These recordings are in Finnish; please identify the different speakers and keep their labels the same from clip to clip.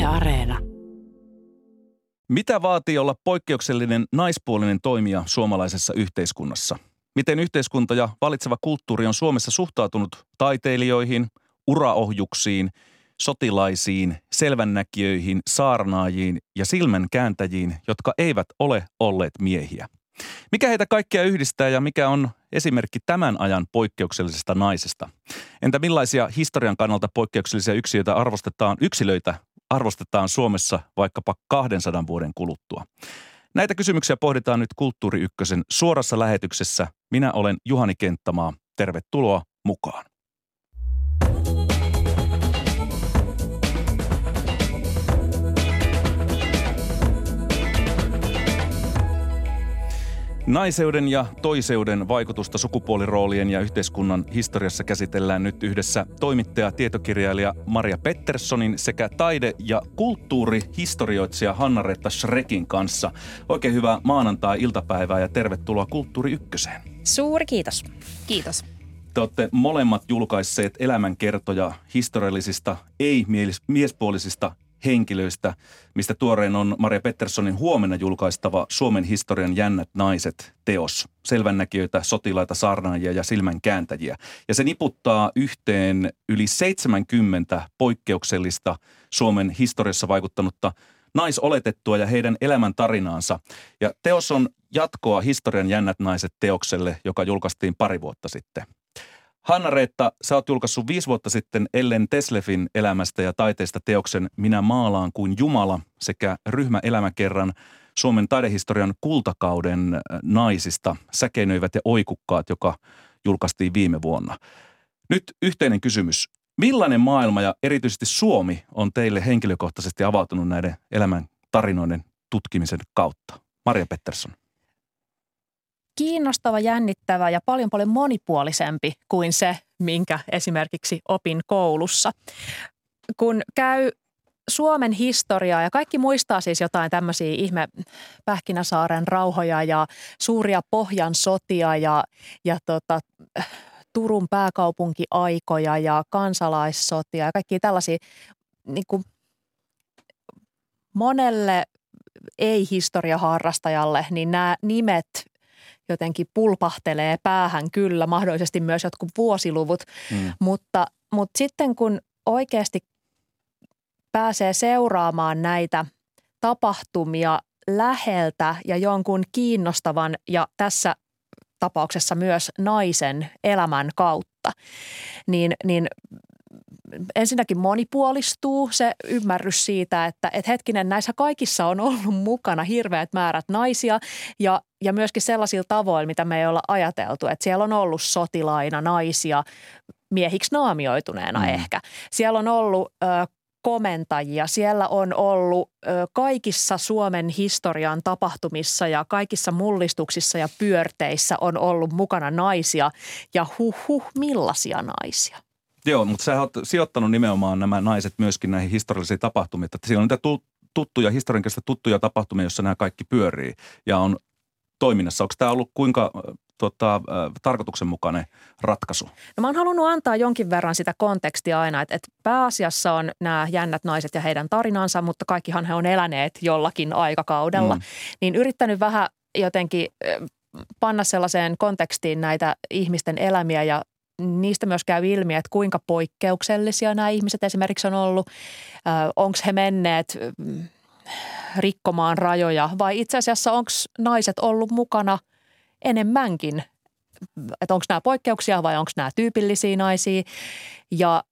Speaker 1: Areena.
Speaker 2: Mitä vaatii olla poikkeuksellinen naispuolinen toimija suomalaisessa yhteiskunnassa? Miten yhteiskunta ja valitseva kulttuuri on Suomessa suhtautunut taiteilijoihin, uraohjuksiin, sotilaisiin, selvännäkijöihin, saarnaajiin ja silmänkääntäjiin, jotka eivät ole olleet miehiä? Mikä heitä kaikkia yhdistää ja mikä on esimerkki tämän ajan poikkeuksellisesta naisesta? Entä millaisia historian kannalta poikkeuksellisia yksilöitä arvostetaan Suomessa vaikkapa 200 vuoden kuluttua? Näitä kysymyksiä pohditaan nyt Kulttuuri Ykkösen suorassa lähetyksessä. Minä olen Juhani Kenttämaa. Tervetuloa mukaan. Naiseuden ja toiseuden vaikutusta sukupuoliroolien ja yhteiskunnan historiassa käsitellään nyt yhdessä toimittaja, tietokirjailija Maria Petterssonin sekä taide- ja kulttuurihistorioitsija Hanna-Reetta Schreckin kanssa. Oikein hyvää maanantai-iltapäivää ja tervetuloa Kulttuuri Ykköseen.
Speaker 3: Suuri kiitos. Kiitos.
Speaker 2: Te olette molemmat julkaisseet elämänkertoja historiallisista, ei-miespuolisista henkilöistä, mistä tuoreen on Maria Petterssonin huomenna julkaistava Suomen historian jännät naiset -teos. Selvännäkijöitä, sotilaita, saarnaajia ja silmänkääntäjiä. Ja se niputtaa yhteen yli 70 poikkeuksellista Suomen historiassa vaikuttanutta naisoletettua ja heidän elämän tarinaansa. Ja teos on jatkoa Historian jännät naiset -teokselle, joka julkaistiin pari vuotta sitten. Hanna-Reetta, sä oot julkaissut 5 vuotta sitten Ellen Tesleffin elämästä ja taiteesta teoksen Minä maalaan kuin Jumala sekä ryhmäelämäkerran Suomen taidehistorian kultakauden naisista, Säkeinöivät ja oikukkaat, joka julkaistiin viime vuonna. Nyt yhteinen kysymys. Millainen maailma ja erityisesti Suomi on teille henkilökohtaisesti avautunut näiden elämän tarinoiden tutkimisen kautta? Maria Pettersson.
Speaker 3: Kiinnostava, jännittävä ja paljon monipuolisempi kuin se, minkä esimerkiksi opin koulussa. Kun käy Suomen historiaa ja kaikki muistaa siis jotain tämmöisiä ihme Pähkinäsaaren rauhoja ja suuria Pohjan sotia ja Turun pääkaupunkiaikoja ja kansalaissotia ja kaikkia tällaisia niin kuin monelle ei-historiaharrastajalle, niin nämä nimet jotenkin pulpahtelee päähän kyllä, mahdollisesti myös jotkut vuosiluvut, mutta sitten kun oikeasti pääsee seuraamaan näitä tapahtumia läheltä ja jonkun kiinnostavan ja tässä tapauksessa myös naisen elämän kautta, niin ensinnäkin monipuolistuu se ymmärrys siitä, että hetkinen, näissä kaikissa on ollut mukana hirveät määrät naisia ja myöskin sellaisilla tavoilla, mitä me ei olla ajateltu. Että siellä on ollut sotilaina naisia, miehiksi naamioituneena ehkä. Siellä on ollut komentajia, siellä on ollut kaikissa Suomen historian tapahtumissa ja kaikissa mullistuksissa ja pyörteissä on ollut mukana naisia ja millaisia naisia.
Speaker 2: Joo, mutta sä oot sijoittanut nimenomaan nämä naiset myöskin näihin historiallisiin tapahtumiin. Että siellä on niitä historiankirjasta tuttuja tapahtumia, joissa nämä kaikki pyörii ja on toiminnassa. Onko tämä ollut kuinka tarkoituksenmukainen ratkaisu? No
Speaker 3: mä oon halunnut antaa jonkin verran sitä kontekstia aina, että pääasiassa on nämä jännät naiset ja heidän tarinansa, mutta kaikkihan he on eläneet jollakin aikakaudella. Niin yrittänyt vähän jotenkin panna sellaiseen kontekstiin näitä ihmisten elämiä ja niistä myös käy ilmi, että kuinka poikkeuksellisia nämä ihmiset esimerkiksi on ollut. Onko he menneet rikkomaan rajoja vai itse asiassa onko naiset ollut mukana enemmänkin? Että onko nämä poikkeuksia vai onko nämä tyypillisiä naisia? Ja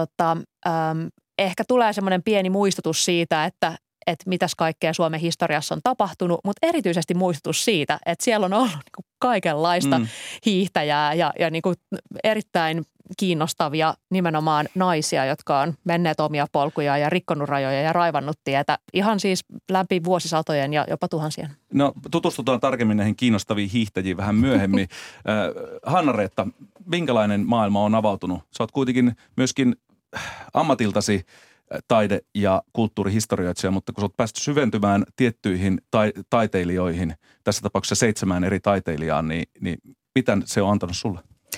Speaker 3: ehkä tulee semmoinen pieni muistutus siitä, että mitäs kaikkea Suomen historiassa on tapahtunut, mutta erityisesti muistutus siitä, että siellä on ollut niin kuin kaikenlaista hiihtäjää ja niin kuin erittäin kiinnostavia nimenomaan naisia, jotka on menneet omia polkuja ja rikkonut rajoja ja raivannut tietä ihan siis läpi vuosisatojen ja jopa tuhansien.
Speaker 2: No tutustutaan tarkemmin näihin kiinnostaviin hiihtäjiin vähän myöhemmin. Hanna-Reetta, minkälainen maailma on avautunut? Sä oot kuitenkin myöskin ammatiltasi taide- ja kulttuurihistorioitsija, mutta kun sä oot päästy syventymään tiettyihin taiteilijoihin, tässä tapauksessa 7 eri taiteilijaan, niin mitä se on antanut sulle?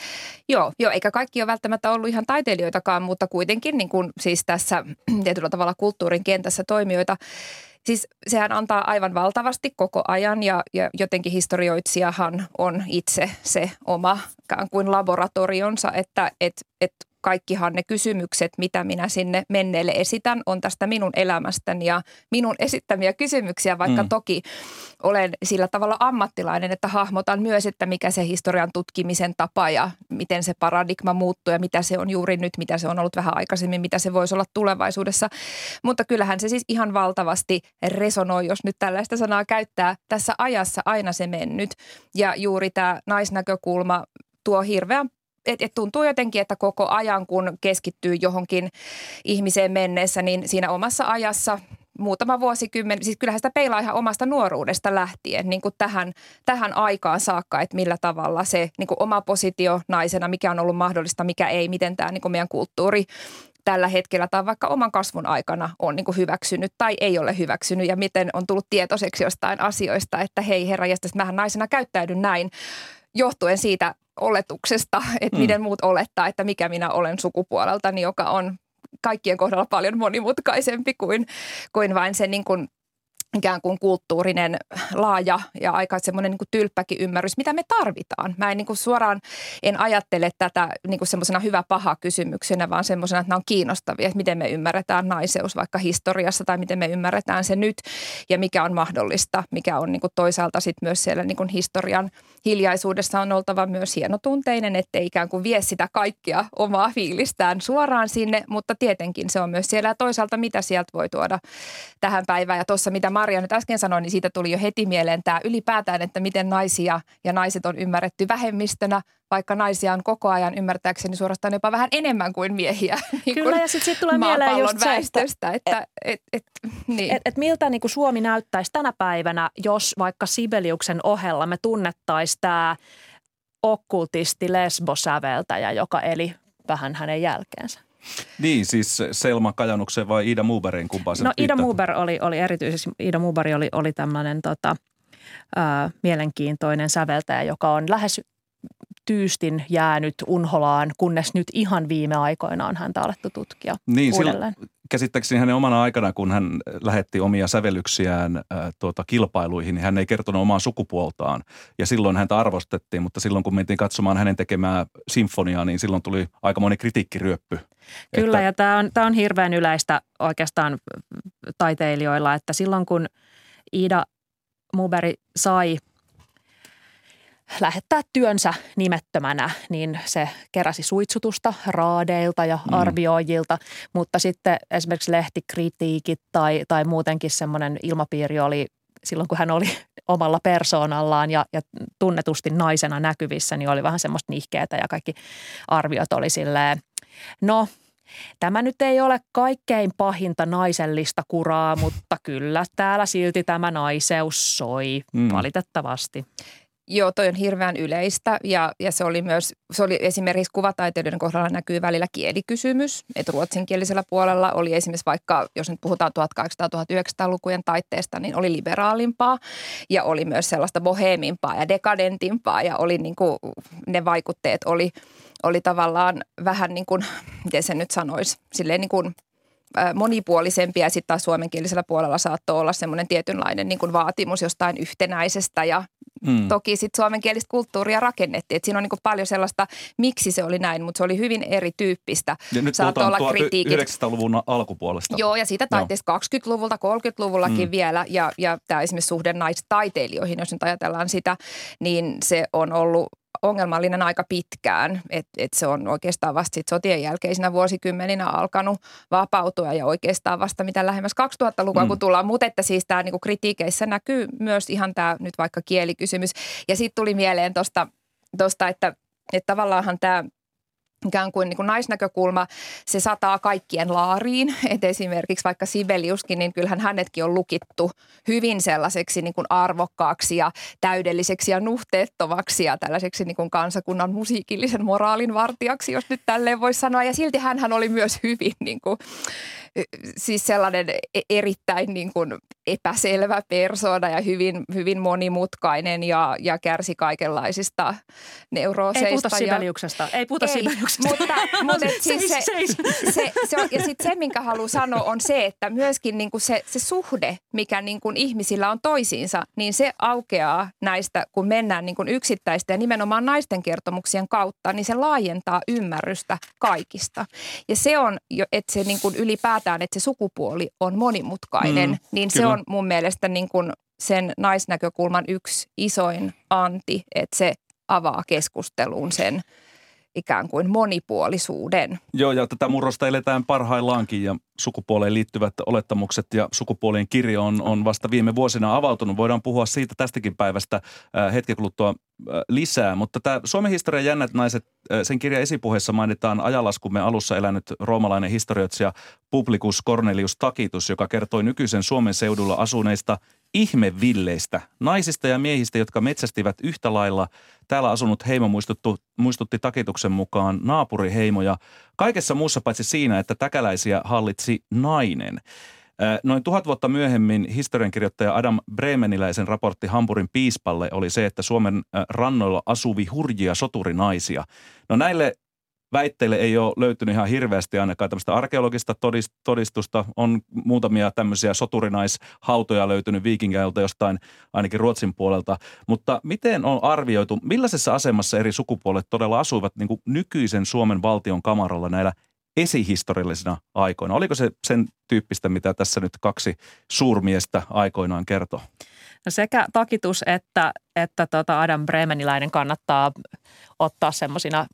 Speaker 1: Joo, eikä kaikki ole välttämättä ollut ihan taiteilijoitakaan, mutta kuitenkin niin kuin siis tässä tietyllä tavalla kulttuurin kentässä toimijoita. Siis sehän antaa aivan valtavasti koko ajan ja jotenkin historioitsijahan on itse se oma ikään kuin laboratorionsa, että kaikkihan ne kysymykset, mitä minä sinne menneelle esitän, on tästä minun elämästäni ja minun esittämiä kysymyksiä, vaikka toki olen sillä tavalla ammattilainen, että hahmotan myös, että mikä se historian tutkimisen tapa ja miten se paradigma muuttuu ja mitä se on juuri nyt, mitä se on ollut vähän aikaisemmin, mitä se voisi olla tulevaisuudessa. Mutta kyllähän se siis ihan valtavasti resonoi, jos nyt tällaista sanaa käyttää, tässä ajassa aina se mennyt. Ja juuri tämä naisnäkökulma tuo hirveän tuntuu jotenkin, että koko ajan kun keskittyy johonkin ihmiseen menneessä, niin siinä omassa ajassa muutama vuosikymmen, siis kyllähän sitä peilaa ihan omasta nuoruudesta lähtien niin kuin tähän aikaan saakka, että millä tavalla se niin kuin oma positio naisena, mikä on ollut mahdollista, mikä ei, miten tämä niin kuin meidän kulttuuri tällä hetkellä tai vaikka oman kasvun aikana on niin kuin hyväksynyt tai ei ole hyväksynyt ja miten on tullut tietoiseksi jostain asioista, että hei herranjestas, mähän naisena käyttäydyn näin johtuen siitä oletuksesta, että miten muut olettaa, että mikä minä olen sukupuoleltani, joka on kaikkien kohdalla paljon monimutkaisempi kuin vain se niin kuin ikään kuin kulttuurinen laaja ja aika semmoinen niin kuin tylppäkin ymmärrys, mitä me tarvitaan. Mä en niin kuin suoraan ajattele tätä niin kuin semmoisena hyvä-paha kysymyksenä, vaan semmoisena, että nämä on kiinnostavia, että miten me ymmärretään naiseus vaikka historiassa tai miten me ymmärretään se nyt ja mikä on mahdollista, mikä on niin kuin toisaalta sitten myös siellä niin kuin historian hiljaisuudessa on oltava myös hienotunteinen, ettei ikään kuin vie sitä kaikkia omaa fiilistään suoraan sinne, mutta tietenkin se on myös siellä ja toisaalta mitä sieltä voi tuoda tähän päivään ja tuossa mitä Maria nyt äsken sanoi, niin siitä tuli jo heti mieleen tämä ylipäätään, että miten naisia ja naiset on ymmärretty vähemmistönä, vaikka naisia on koko ajan ymmärtääkseni suorastaan jopa vähän enemmän kuin miehiä.
Speaker 3: Kyllä ja sitten tulee mieleen just
Speaker 1: väestöstä,
Speaker 3: niin. Miltä niin kuin Suomi näyttäisi tänä päivänä, jos vaikka Sibeliuksen ohella me tunnettaisiin tämä okkultisti lesbosäveltäjä, joka eli vähän hänen jälkeensä.
Speaker 2: Niin, siis Selma Kajanuksen vai Ida Mobergin kumpaan se
Speaker 3: Ida Moberg oli erityisesti, Ida Moberg oli tämmöinen mielenkiintoinen säveltäjä, joka on lähes tyystin jäänyt unholaan, kunnes nyt ihan viime aikoina on häntä alettu tutkia uudelleen.
Speaker 2: Käsittääkseni hänen omana aikana, kun hän lähetti omia sävellyksiään kilpailuihin, niin hän ei kertonut omaa sukupuoltaan. Ja silloin häntä arvostettiin, mutta silloin kun mentiin katsomaan hänen tekemää sinfoniaa, niin silloin tuli aikamoinen kritiikkiryöppy.
Speaker 3: Kyllä, ja tämä on hirveän yleistä oikeastaan taiteilijoilla, että silloin kun Ida Moberg sai lähettää työnsä nimettömänä, niin se keräsi suitsutusta raadeilta ja arvioijilta, mutta sitten esimerkiksi lehtikritiikit tai muutenkin semmoinen ilmapiiri oli silloin, kun hän oli omalla persoonallaan ja tunnetusti naisena näkyvissä, niin oli vähän semmoista nihkeätä ja kaikki arviot oli silleen, no tämä nyt ei ole kaikkein pahinta naisellista kuraa, mutta kyllä täällä silti tämä naiseus soi valitettavasti.
Speaker 1: Joo, toi on hirveän yleistä ja se oli esimerkiksi kuvataiteilijoiden kohdalla näkyy välillä kielikysymys, että ruotsinkielisellä puolella oli esimerkiksi vaikka, jos nyt puhutaan 1800-1900-lukujen taitteesta, niin oli liberaalimpaa ja oli myös sellaista boheemimpaa ja dekadentimpaa ja oli niin kuin, ne vaikutteet oli tavallaan vähän niin kuin, miten se nyt sanoisi, silleen niin kuin monipuolisempia ja sitten taas suomenkielisellä puolella saattoi olla semmoinen tietynlainen niin kuin vaatimus jostain yhtenäisestä ja toki sitten suomenkielistä kulttuuria rakennettiin. Et siinä on niin kuin paljon sellaista, miksi se oli näin, mutta se oli hyvin erityyppistä.
Speaker 2: Ja nyt puhutaan 1900-luvun alkupuolesta.
Speaker 1: Joo, ja siitä taiteesta 20-luvulta, 30-luvullakin vielä ja tämä esimerkiksi suhde naistaiteilijoihin, jos nyt ajatellaan sitä, niin se on ollut ongelmallinen aika pitkään, että se on oikeastaan vasta sit sotien jälkeisinä vuosikymmeninä alkanut vapautua ja oikeastaan vasta mitä lähemmäs 2000-lukua kun tullaan, mutta että siis tämä niinku kritiikeissä näkyy myös ihan tämä nyt vaikka kielikysymys ja sitten tuli mieleen tuosta, että tavallaanhan tämä ikään kuin, naisnäkökulma, se sataa kaikkien laariin. Et esimerkiksi vaikka Sibeliuskin, niin kyllähän hänetkin on lukittu hyvin sellaiseksi niin kuin arvokkaaksi ja täydelliseksi ja nuhteettomaksi ja tällaiseksi niin kuin kansakunnan musiikillisen moraalin vartijaksi, jos nyt tälleen voisi sanoa. Ja silti hänhän oli myös hyvin, niin kuin, siis sellainen erittäin niin kuin epäselvä persoona ja hyvin, hyvin monimutkainen ja kärsi kaikenlaisista neurooseista.
Speaker 3: Ei puhuta Sibeliuksesta. Ei puhuta Sibeliuksesta.
Speaker 1: Mutta siis se on, ja sitten se, minkä haluan sanoa, on se, että myöskin niin kuin se suhde, mikä niin kuin ihmisillä on toisiinsa, niin se aukeaa näistä, kun mennään niin kuin yksittäisten ja nimenomaan naisten kertomuksien kautta, niin se laajentaa ymmärrystä kaikista. Ja se on, että se niin kuin ylipäätään, että se sukupuoli on monimutkainen, niin kyllä. Se on mun mielestä niin kuin sen naisnäkökulman yksi isoin anti, että se avaa keskusteluun sen ikään kuin monipuolisuuden.
Speaker 2: Joo, ja tätä murrosta eletään parhaillaankin ja sukupuoleen liittyvät olettamukset ja sukupuolien kirjo on vasta viime vuosina avautunut. Voidaan puhua siitä tästäkin päivästä hetken kuluttua lisää, mutta tämä Suomen historian jännät naiset, sen kirjan esipuheessa mainitaan ajanlaskumme alussa elänyt roomalainen historioitsija Publicus Cornelius Tacitus, joka kertoi nykyisen Suomen seudulla asuneista ihmevilleistä, naisista ja miehistä, jotka metsästivät yhtä lailla. Täällä asunut heimo muistutti Tacituksen mukaan naapuriheimoja. Kaikessa muussa paitsi siinä, että täkäläisiä hallitsi nainen. Noin 1000 vuotta myöhemmin historiankirjoittaja Adam Bremeniläisen raportti Hampurin piispalle oli se, että Suomen rannoilla asuvi hurjia soturinaisia. No näille väitteille ei ole löytynyt ihan hirveästi ainakaan tämmöistä arkeologista todistusta. On muutamia tämmöisiä soturinaishautoja löytynyt viikingeilta jostain ainakin Ruotsin puolelta. Mutta miten on arvioitu, millaisessa asemassa eri sukupuolet todella asuivat niin kuin nykyisen Suomen valtion kamaralla näillä esihistoriallisina aikoina? Oliko se sen tyyppistä, mitä tässä nyt kaksi suurmiestä aikoinaan kertoo?
Speaker 3: No sekä Tacitus että Adam Bremeniläinen kannattaa ottaa semmoisina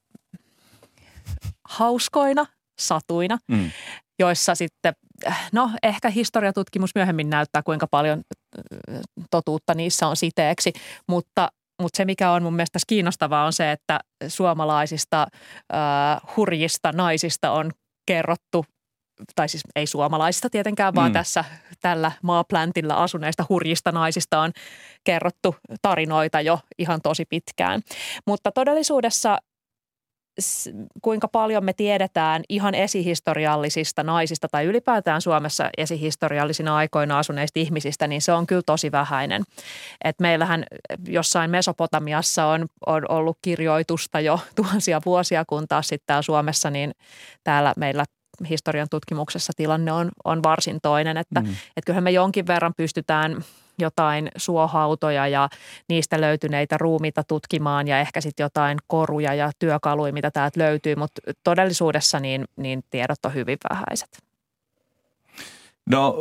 Speaker 3: hauskoina satuina, joissa sitten, no ehkä historiatutkimus myöhemmin näyttää, kuinka paljon totuutta niissä on siteeksi, mutta se, mikä on mun mielestä kiinnostavaa, on se, että suomalaisista hurjista naisista on kerrottu, tai siis ei suomalaisista tietenkään, vaan tällä maapläntillä asuneista hurjista naisista on kerrottu tarinoita jo ihan tosi pitkään. Mutta todellisuudessa kuinka paljon me tiedetään ihan esihistoriallisista naisista tai ylipäätään Suomessa esihistoriallisina aikoina asuneista ihmisistä, niin se on kyllä tosi vähäinen. Et meillähän jossain Mesopotamiassa on ollut kirjoitusta jo tuhansia vuosia, kun taas sitten täällä Suomessa, niin täällä meillä historian tutkimuksessa tilanne on varsin toinen, että kyllähän me jonkin verran pystytään jotain suohautoja ja niistä löytyneitä ruumiita tutkimaan ja ehkä sitten jotain koruja ja työkaluja, mitä täältä löytyy, mutta todellisuudessa niin tiedot on hyvin vähäiset.
Speaker 2: No,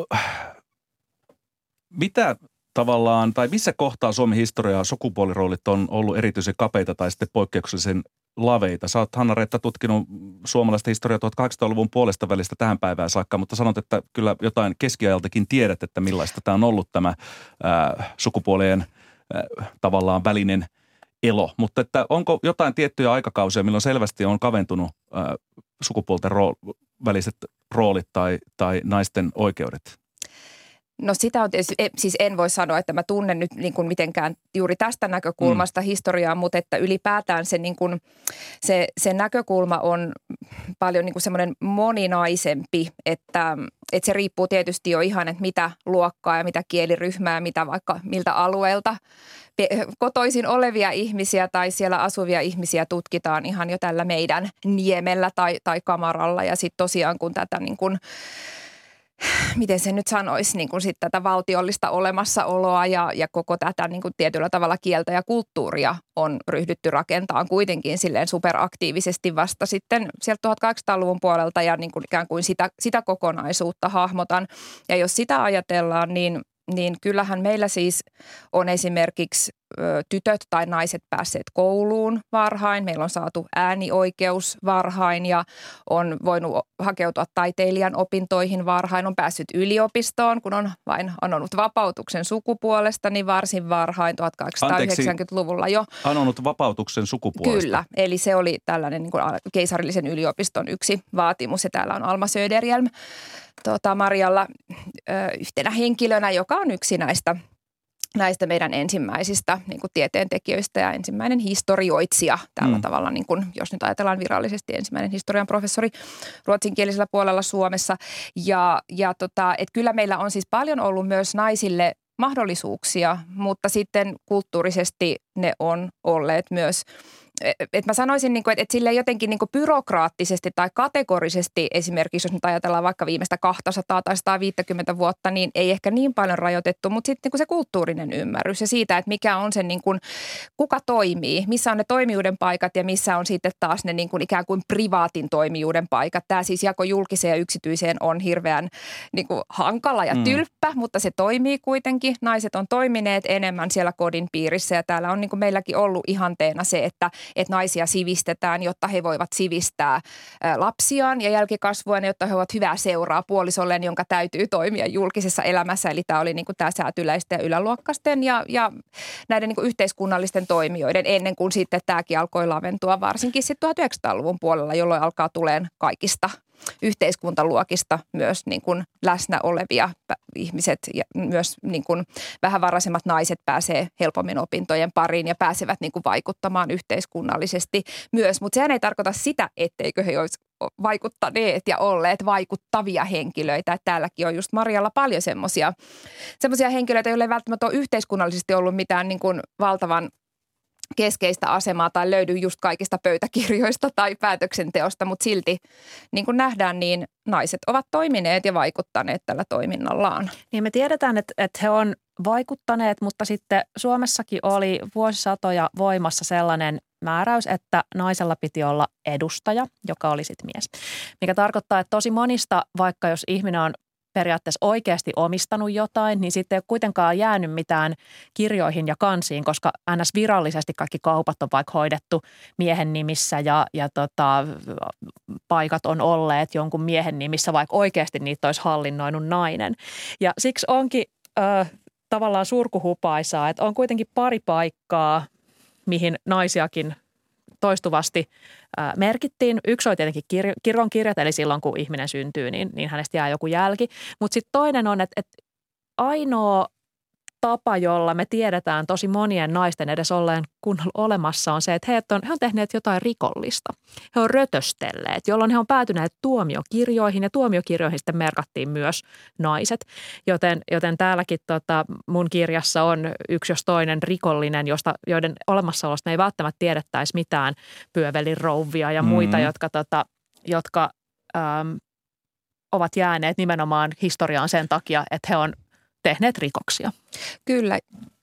Speaker 2: mitä tavallaan, tai missä kohtaa Suomen historiaa sukupuoliroolit on ollut erityisen kapeita tai sitten poikkeuksellisen laveita? Sä oot, Hanna-Reetta, tutkinut suomalaista historiaa 1800-luvun puolesta välistä tähän päivään saakka, mutta sanot, että kyllä jotain keskiajaltakin tiedät, että millaista tämä on ollut tämä sukupuolien tavallaan välinen elo. Mutta että onko jotain tiettyjä aikakausia, milloin selvästi on kaventunut sukupuolten väliset roolit tai naisten oikeudet?
Speaker 1: No sitä on tietysti, siis en voi sanoa, että mä tunnen nyt niin kuin mitenkään juuri tästä näkökulmasta historiaa, mutta että ylipäätään se, niin kuin, se näkökulma on paljon niin kuin semmoinen moninaisempi, että se riippuu tietysti jo ihan, että mitä luokkaa ja mitä kieliryhmää, mitä vaikka miltä alueelta kotoisin olevia ihmisiä tai siellä asuvia ihmisiä tutkitaan ihan jo tällä meidän niemellä tai kamaralla ja sitten tosiaan kun tätä niin kuin miten se nyt sanoisi, niin kuin sitten tätä valtiollista olemassaoloa ja koko tätä niin kuin tietyllä tavalla kieltä ja kulttuuria on ryhdytty rakentamaan kuitenkin silleen superaktiivisesti vasta sitten sieltä 1800-luvun puolelta ja niin kuin ikään kuin sitä kokonaisuutta hahmotan. Ja jos sitä ajatellaan, niin kyllähän meillä siis on esimerkiksi tytöt tai naiset päässeet kouluun varhain. Meillä on saatu äänioikeus varhain ja on voinut hakeutua taiteilijan opintoihin varhain. On päässyt yliopistoon, kun on vain anonut vapautuksen sukupuolesta, niin varsin varhain 1890-luvulla jo.
Speaker 2: Anonut vapautuksen sukupuolesta.
Speaker 1: Kyllä, eli se oli tällainen niin kuin keisarillisen yliopiston yksi vaatimus ja täällä on Alma Söderhjelm Marjalla yhtenä henkilönä, joka on yksi näistä näistä meidän ensimmäisistä niin kuin tieteentekijöistä ja ensimmäinen historioitsija tällä tavalla, niin kuin, jos nyt ajatellaan virallisesti ensimmäinen historian professori ruotsinkielisellä puolella Suomessa. Et kyllä meillä on siis paljon ollut myös naisille mahdollisuuksia, mutta sitten kulttuurisesti ne on olleet myös. Mä sanoisin, että sille jotenkin byrokraattisesti tai kategorisesti esimerkiksi, jos nyt ajatellaan vaikka viimeistä 200 tai 150 vuotta, niin ei ehkä niin paljon rajoitettu, mutta sitten se kulttuurinen ymmärrys ja siitä, että mikä on se, kuka toimii, missä on ne toimijuuden paikat ja missä on sitten taas ne ikään kuin privaatin toimijuuden paikat. Tämä siis jako julkiseen ja yksityiseen on hirveän hankala ja tylppä, mutta se toimii kuitenkin. Naiset on toimineet enemmän siellä kodin piirissä ja täällä on meilläkin ollut ihanteena se, että naisia sivistetään, jotta he voivat sivistää lapsiaan ja jälkikasvuaan, jotta he ovat hyvää seuraa puolisolleen, jonka täytyy toimia julkisessa elämässä. Eli tämä oli tämä säätyläisten ja yläluokkaisten ja näiden yhteiskunnallisten toimijoiden ennen kuin sitten tämäkin alkoi laventua varsinkin sitten 1900-luvun puolella, jolloin alkaa tuleen kaikista yhteiskuntaluokista myös läsnä olevia ihmiset ja myös vähävaraisemmat naiset pääsee helpommin opintojen pariin ja pääsevät vaikuttamaan yhteiskunnallisesti myös. Mutta sehän ei tarkoita sitä, etteikö he olisi vaikuttaneet ja olleet vaikuttavia henkilöitä. Että täälläkin on just Marjalla paljon semmoisia henkilöitä, joille ei välttämättä ole yhteiskunnallisesti ollut mitään valtavan keskeistä asemaa tai löydy just kaikista pöytäkirjoista tai päätöksenteosta, mutta silti niin kuin nähdään, niin naiset ovat toimineet ja vaikuttaneet tällä toiminnallaan.
Speaker 3: Niin me tiedetään, että he on vaikuttaneet, mutta sitten Suomessakin oli vuosisatoja voimassa sellainen määräys, että naisella piti olla edustaja, joka oli sitten mies. Mikä tarkoittaa, että tosi monista, vaikka jos ihminen on periaatteessa oikeasti omistanut jotain, niin sitten ei ole kuitenkaan jäänyt mitään kirjoihin ja kansiin, koska ns. Virallisesti kaikki kaupat on vaikka hoidettu miehen nimissä ja paikat on olleet jonkun miehen nimissä, vaikka oikeasti niitä olisi hallinnoinut nainen. Ja siksi onkin tavallaan surkuhupaisaa, että on kuitenkin pari paikkaa, mihin naisiakin toistuvasti merkittiin. Yksi oli tietenkin kirkonkirjat, eli silloin kun ihminen syntyy, niin hänestä jää joku jälki. Mutta sitten toinen on, että ainoa tapa, jolla me tiedetään tosi monien naisten edes olleen kunnolla olemassa on se, että he on tehneet jotain rikollista. He on rötöstelleet, jolloin he on päätyneet tuomiokirjoihin ja tuomiokirjoihin sitten merkattiin myös naiset. Joten täälläkin mun kirjassa on yksi jos toinen rikollinen, joiden olemassaolosta ei välttämättä tiedettäisi mitään, pyövelin rouvia ja muita, jotka ovat jääneet nimenomaan historiaan sen takia, että he on tehneet rikoksia.
Speaker 1: Kyllä.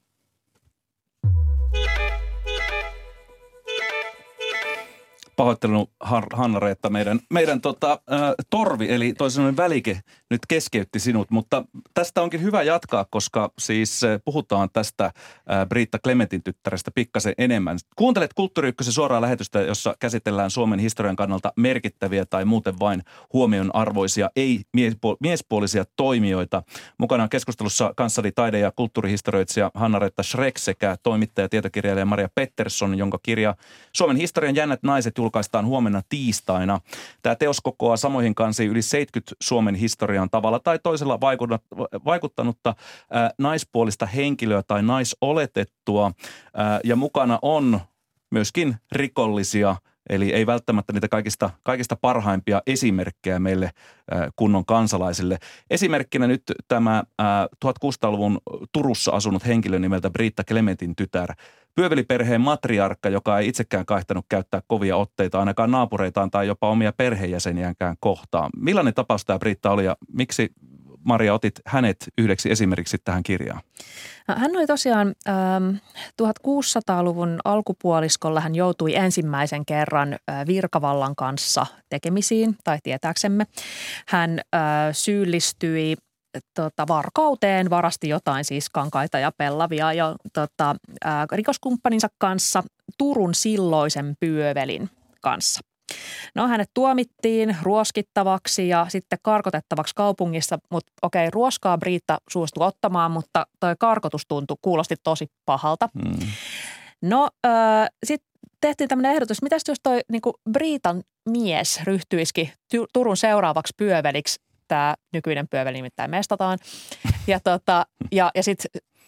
Speaker 2: Pahoittelen Hanna-Reetta, meidän torvi, eli toisin sanoen välike nyt keskeytti sinut, mutta tästä onkin hyvä jatkaa, koska siis puhutaan tästä Britta Clementin tyttärestä pikkasen enemmän. Kuuntelet Kulttuuri Ykkösen suoraa lähetystä, jossa käsitellään Suomen historian kannalta merkittäviä tai muuten vain huomionarvoisia, ei miespuolisia toimijoita. Mukana on keskustelussa kanssani taide- ja kulttuurihistorioitsija Hanna-Reetta Schreck sekä toimittaja ja tietokirjailija Maria Pettersson, jonka kirja Suomen historian jännät naiset julkaistaan huomenna tiistaina. Tämä teos kokoaa samoihin kansiin yli 70 Suomen historiaan tavalla tai toisella vaikuttanutta naispuolista henkilöä tai naisoletettua. Ja mukana on myöskin rikollisia, eli ei välttämättä niitä kaikista parhaimpia esimerkkejä meille kunnon kansalaisille. Esimerkkinä nyt tämä 1600-luvun Turussa asunut henkilö nimeltä Britta Clementin tytär. Pyöveliperheen matriarkka, joka ei itsekään kaihtanut käyttää kovia otteita ainakaan naapureitaan tai jopa omia perheenjäseniäänkään kohtaan. Millainen tapaus tämä Britta oli ja miksi, Maria, otit hänet yhdeksi esimerkiksi tähän kirjaan?
Speaker 3: Hän oli tosiaan 1600-luvun alkupuoliskolla hän joutui ensimmäisen kerran virkavallan kanssa tekemisiin tai tietääksemme. Hän syyllistyi varkauteen, varasti jotain siis kankaita ja pellavia ja rikoskumppaninsa kanssa Turun silloisen pyövelin kanssa. No hänet tuomittiin ruoskittavaksi ja sitten karkotettavaksi kaupungissa, mutta okei, ruoskaa Britta suostui ottamaan, mutta toi karkotus kuulosti tosi pahalta. No sitten tehtiin tämmöinen ehdotus, mitä jos toi niinku Britan mies ryhtyisikin Turun seuraavaksi pyöveliksi, tämä nykyinen pyöveli nimittäin mestataan. Ja sitten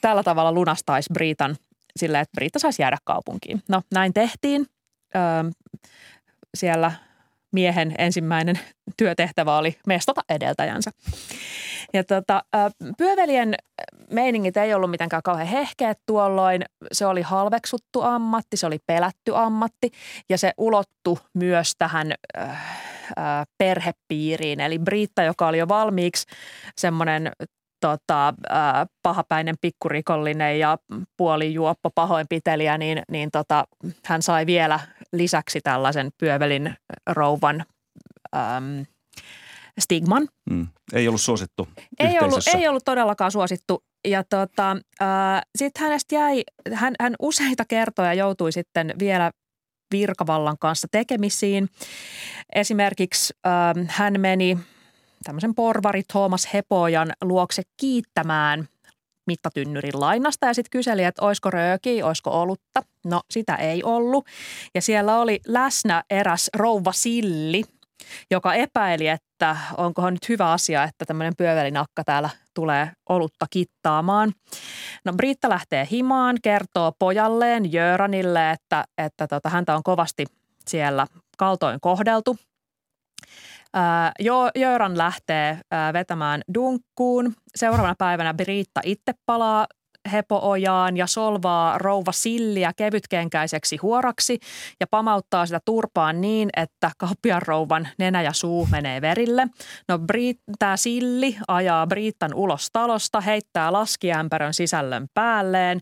Speaker 3: tällä tavalla lunastaisi Britan sillä, että Britta saisi jäädä kaupunkiin. No näin tehtiin. Siellä miehen ensimmäinen työtehtävä oli mestata edeltäjänsä. Ja pyövelien meiningit ei ollut mitenkään kauhean hehkeät tuolloin. Se oli halveksuttu ammatti, se oli pelätty ammatti ja se ulottui myös tähän perhepiiriin. Eli Britta, joka oli jo valmiiksi semmoinen pahapäinen pikkurikollinen ja puolijuoppo pahoinpitelijä, niin hän sai vielä lisäksi tällaisen pyövelin rouvan stigman.
Speaker 2: Ei ollut suosittu yhteisössä.
Speaker 3: Ei ollut todellakaan suosittu. Ja sitten hänestä jäi, hän useita kertoja joutui sitten vielä virkavallan kanssa tekemisiin. Esimerkiksi hän meni tämmöisen porvari Thomas Hepojan luokse kiittämään mittatynnyrin lainasta ja sitten kyseli, että olisiko röökiä, olisiko olutta. No sitä ei ollut. Ja siellä oli läsnä eräs rouva Silli, joka epäili, että onkohan nyt hyvä asia, että tämmöinen pyövelinakka täällä tulee olutta kittaamaan. No Britta lähtee himaan, kertoo pojalleen Göranille, että häntä on kovasti siellä kaltoin kohdeltu. Göran lähtee vetämään dunkkuun. Seuraavana päivänä Britta itse palaa Hepo-ojaan ja solvaa rouva Silliä kevytkenkäiseksi huoraksi ja pamauttaa sitä turpaan niin, että kauppiaan rouvan nenä ja suu menee verille. No tämä Silli ajaa Brittan ulos talosta, heittää laskiämpärön sisällön päälleen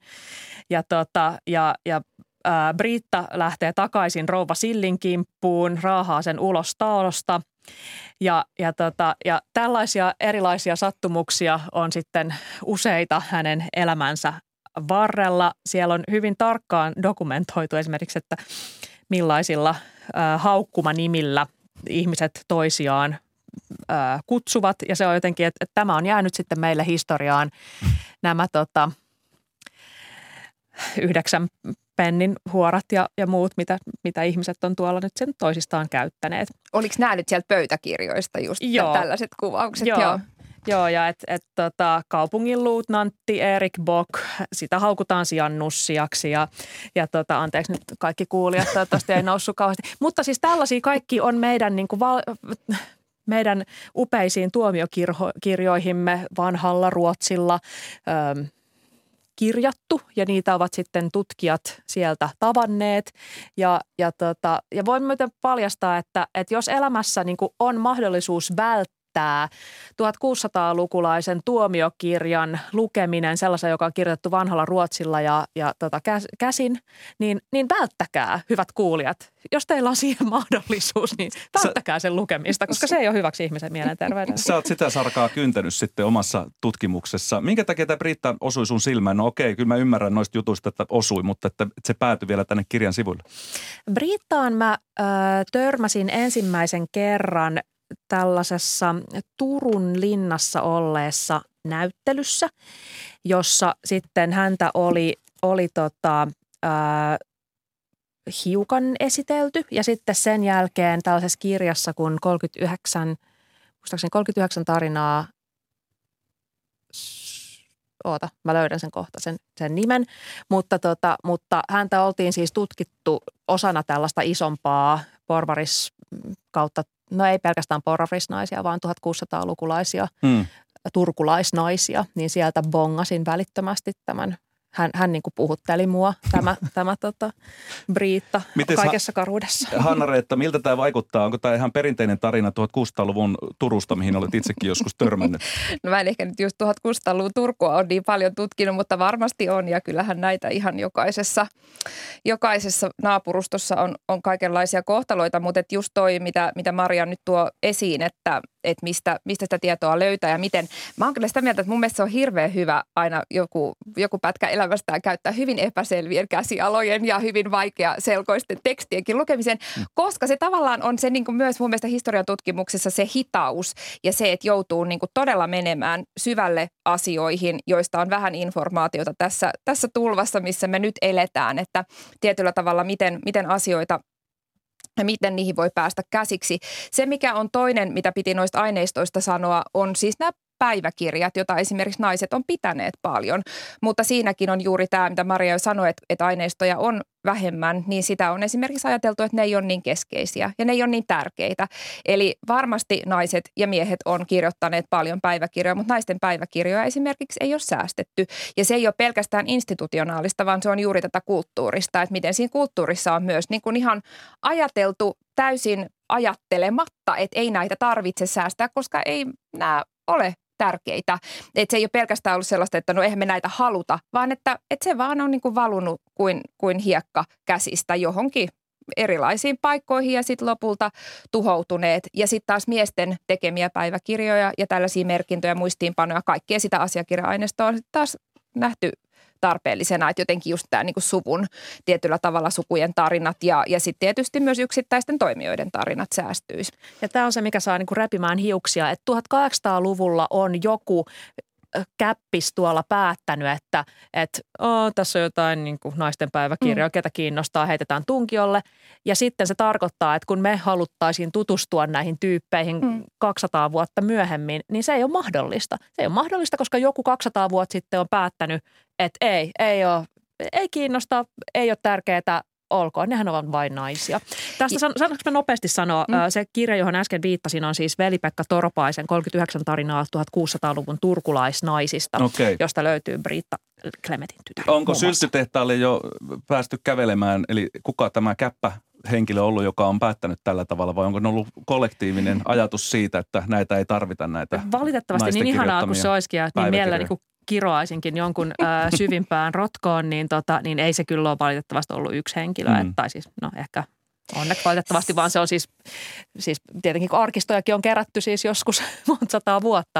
Speaker 3: ja Britta lähtee takaisin rouva Sillin kimppuun, raahaa sen ulos talosta. Ja tällaisia erilaisia sattumuksia on sitten useita hänen elämänsä varrella. Siellä on hyvin tarkkaan dokumentoitu esimerkiksi, että millaisilla haukkumanimillä ihmiset toisiaan kutsuvat. Ja se on jotenkin, että tämä on jäänyt sitten meille historiaan nämä 9 pennin huorat ja muut, mitä ihmiset on tuolla nyt sen toisistaan käyttäneet.
Speaker 1: Oliko nämä nyt sieltä pöytäkirjoista just tällaiset kuvaukset?
Speaker 3: Joo, ja kaupungin luutnantti Erik Bock, sitä haukutaan siannussiaksi ja anteeksi nyt kaikki kuulijat, toivottavasti ei noussut kauheasti. Mutta siis tällaisia kaikki on meidän meidän upeisiin tuomiokirjoihimme vanhalla Ruotsilla kirjattu ja niitä ovat sitten tutkijat sieltä tavanneet ja voimme paljastaa, että jos elämässä niin kuin on mahdollisuus välttää 1600-lukulaisen tuomiokirjan lukeminen, sellaisen, joka on kirjoitettu vanhalla Ruotsilla ja käsin, niin välttäkää, hyvät kuulijat. Jos teillä on siihen mahdollisuus, niin välttäkää sen lukemista, koska se ei ole hyväksi ihmisen mielenterveydelle.
Speaker 2: Sä oot sitä sarkaa kyntänyt sitten omassa tutkimuksessa. Minkä takia tämä Britta osui sun silmään? No okei, kyllä mä ymmärrän noista jutuista, että osui, mutta että se päätyi vielä tänne kirjan sivuille.
Speaker 3: Brittaan mä törmäsin ensimmäisen kerran tällaisessa Turun linnassa olleessa näyttelyssä, jossa sitten häntä oli hiukan esitelty ja sitten sen jälkeen tällaisessa kirjassa kun 39 tarinaa, mä löydän sen kohta sen nimen, mutta häntä oltiin siis tutkittu osana tällaista isompaa porvaris kautta. No ei pelkästään porvarisnaisia, vaan 1600-lukulaisia turkulaisnaisia, niin sieltä bongasin välittömästi tämän. Hän niin kuin puhutteli mua, tämä Britta kaikessa karuudessa.
Speaker 2: Hanna-Reetta, miltä tämä vaikuttaa? Onko tämä ihan perinteinen tarina 1600-luvun Turusta, mihin olet itsekin joskus törmännyt?
Speaker 1: No mä en ehkä nyt just 1600-luvun Turkua on niin paljon tutkinut, mutta varmasti on ja kyllähän näitä ihan jokaisessa naapurustossa on kaikenlaisia kohtaloita, mutta et just toi, mitä Maria nyt tuo esiin, että mistä sitä tietoa löytää ja miten. Mä oon kyllä sitä mieltä, että mun mielestä se on hirveän hyvä aina joku pätkä elämästään käyttää hyvin epäselvien käsialojen ja hyvin vaikeaselkoisten tekstienkin lukemisen, koska se tavallaan on se niin kuin myös mun mielestä historiatutkimuksessa se hitaus ja se, että joutuu niin kuin todella menemään syvälle asioihin, joista on vähän informaatiota tässä tulvassa, missä me nyt eletään, että tietyllä tavalla miten asioita ja miten niihin voi päästä käsiksi. Se, mikä on toinen, mitä piti noista aineistoista sanoa, on siis nämä päiväkirjat, joita esimerkiksi naiset on pitäneet paljon. Mutta siinäkin on juuri tämä, mitä Maria jo sanoi, että aineistoja on vähemmän, niin sitä on esimerkiksi ajateltu, että ne ei ole niin keskeisiä ja ne ei ole niin tärkeitä. Eli varmasti naiset ja miehet on kirjoittaneet paljon päiväkirjoja, mutta naisten päiväkirjoja esimerkiksi ei ole säästetty. Ja se ei ole pelkästään institutionaalista, vaan se on juuri tätä kulttuurista, että miten siinä kulttuurissa on myös niin kuin ihan ajateltu täysin ajattelematta, että ei näitä tarvitse säästää, koska ei nämä ole tärkeitä. Että se ei ole pelkästään ollut sellaista, että no eihän me näitä haluta, vaan että se vaan on niin kuin valunut kuin hiekka käsistä johonkin erilaisiin paikkoihin ja sitten lopulta tuhoutuneet. Ja sitten taas miesten tekemiä päiväkirjoja ja tällaisia merkintöjä, muistiinpanoja, kaikkea sitä asiakirja-aineistoa on taas nähty tarpeellisena, että jotenkin just tämä niin kuin suvun tietyllä tavalla sukujen tarinat ja sitten tietysti myös yksittäisten toimijoiden tarinat säästyisi.
Speaker 3: Ja tämä on se, mikä saa niin kuin räpimään hiuksia, että 1800-luvulla on joku käppis tuolla päättänyt, että tässä on jotain niin kuin naisten päiväkirjoja, ketä kiinnostaa, heitetään tunkiolle. Ja sitten se tarkoittaa, että kun me haluttaisiin tutustua näihin tyyppeihin 200 vuotta myöhemmin, niin se ei ole mahdollista. Se ei ole mahdollista, koska joku 200 vuotta sitten on päättänyt, että ei kiinnosta, ei ole tärkeää, olkoon, nehän ovat vain naisia. Tästä saanko mä nopeasti sanoa, se kirja, johon äsken viittasin, on siis Veli-Pekka Toropaisen 39 tarinaa 1600-luvun turkulaisnaisista, josta löytyy Britta Klemetin tytär.
Speaker 2: Onko sylttytehtaalle jo päästy kävelemään, eli kuka tämä käppähenkilö on ollut, joka on päättänyt tällä tavalla, vai onko ne ollut kollektiivinen ajatus siitä, että näitä ei tarvita näitä
Speaker 3: valitettavasti niin ihanaa kuin se olisikin, niin mielelläni kun kiroaisinkin jonkun syvimpään rotkoon, niin ei se kyllä ole valitettavasti ollut yksi henkilö. Tai siis, no ehkä onneksi valitettavasti, vaan se on siis tietenkin kun arkistojakin on kerätty siis joskus monta 100 vuotta,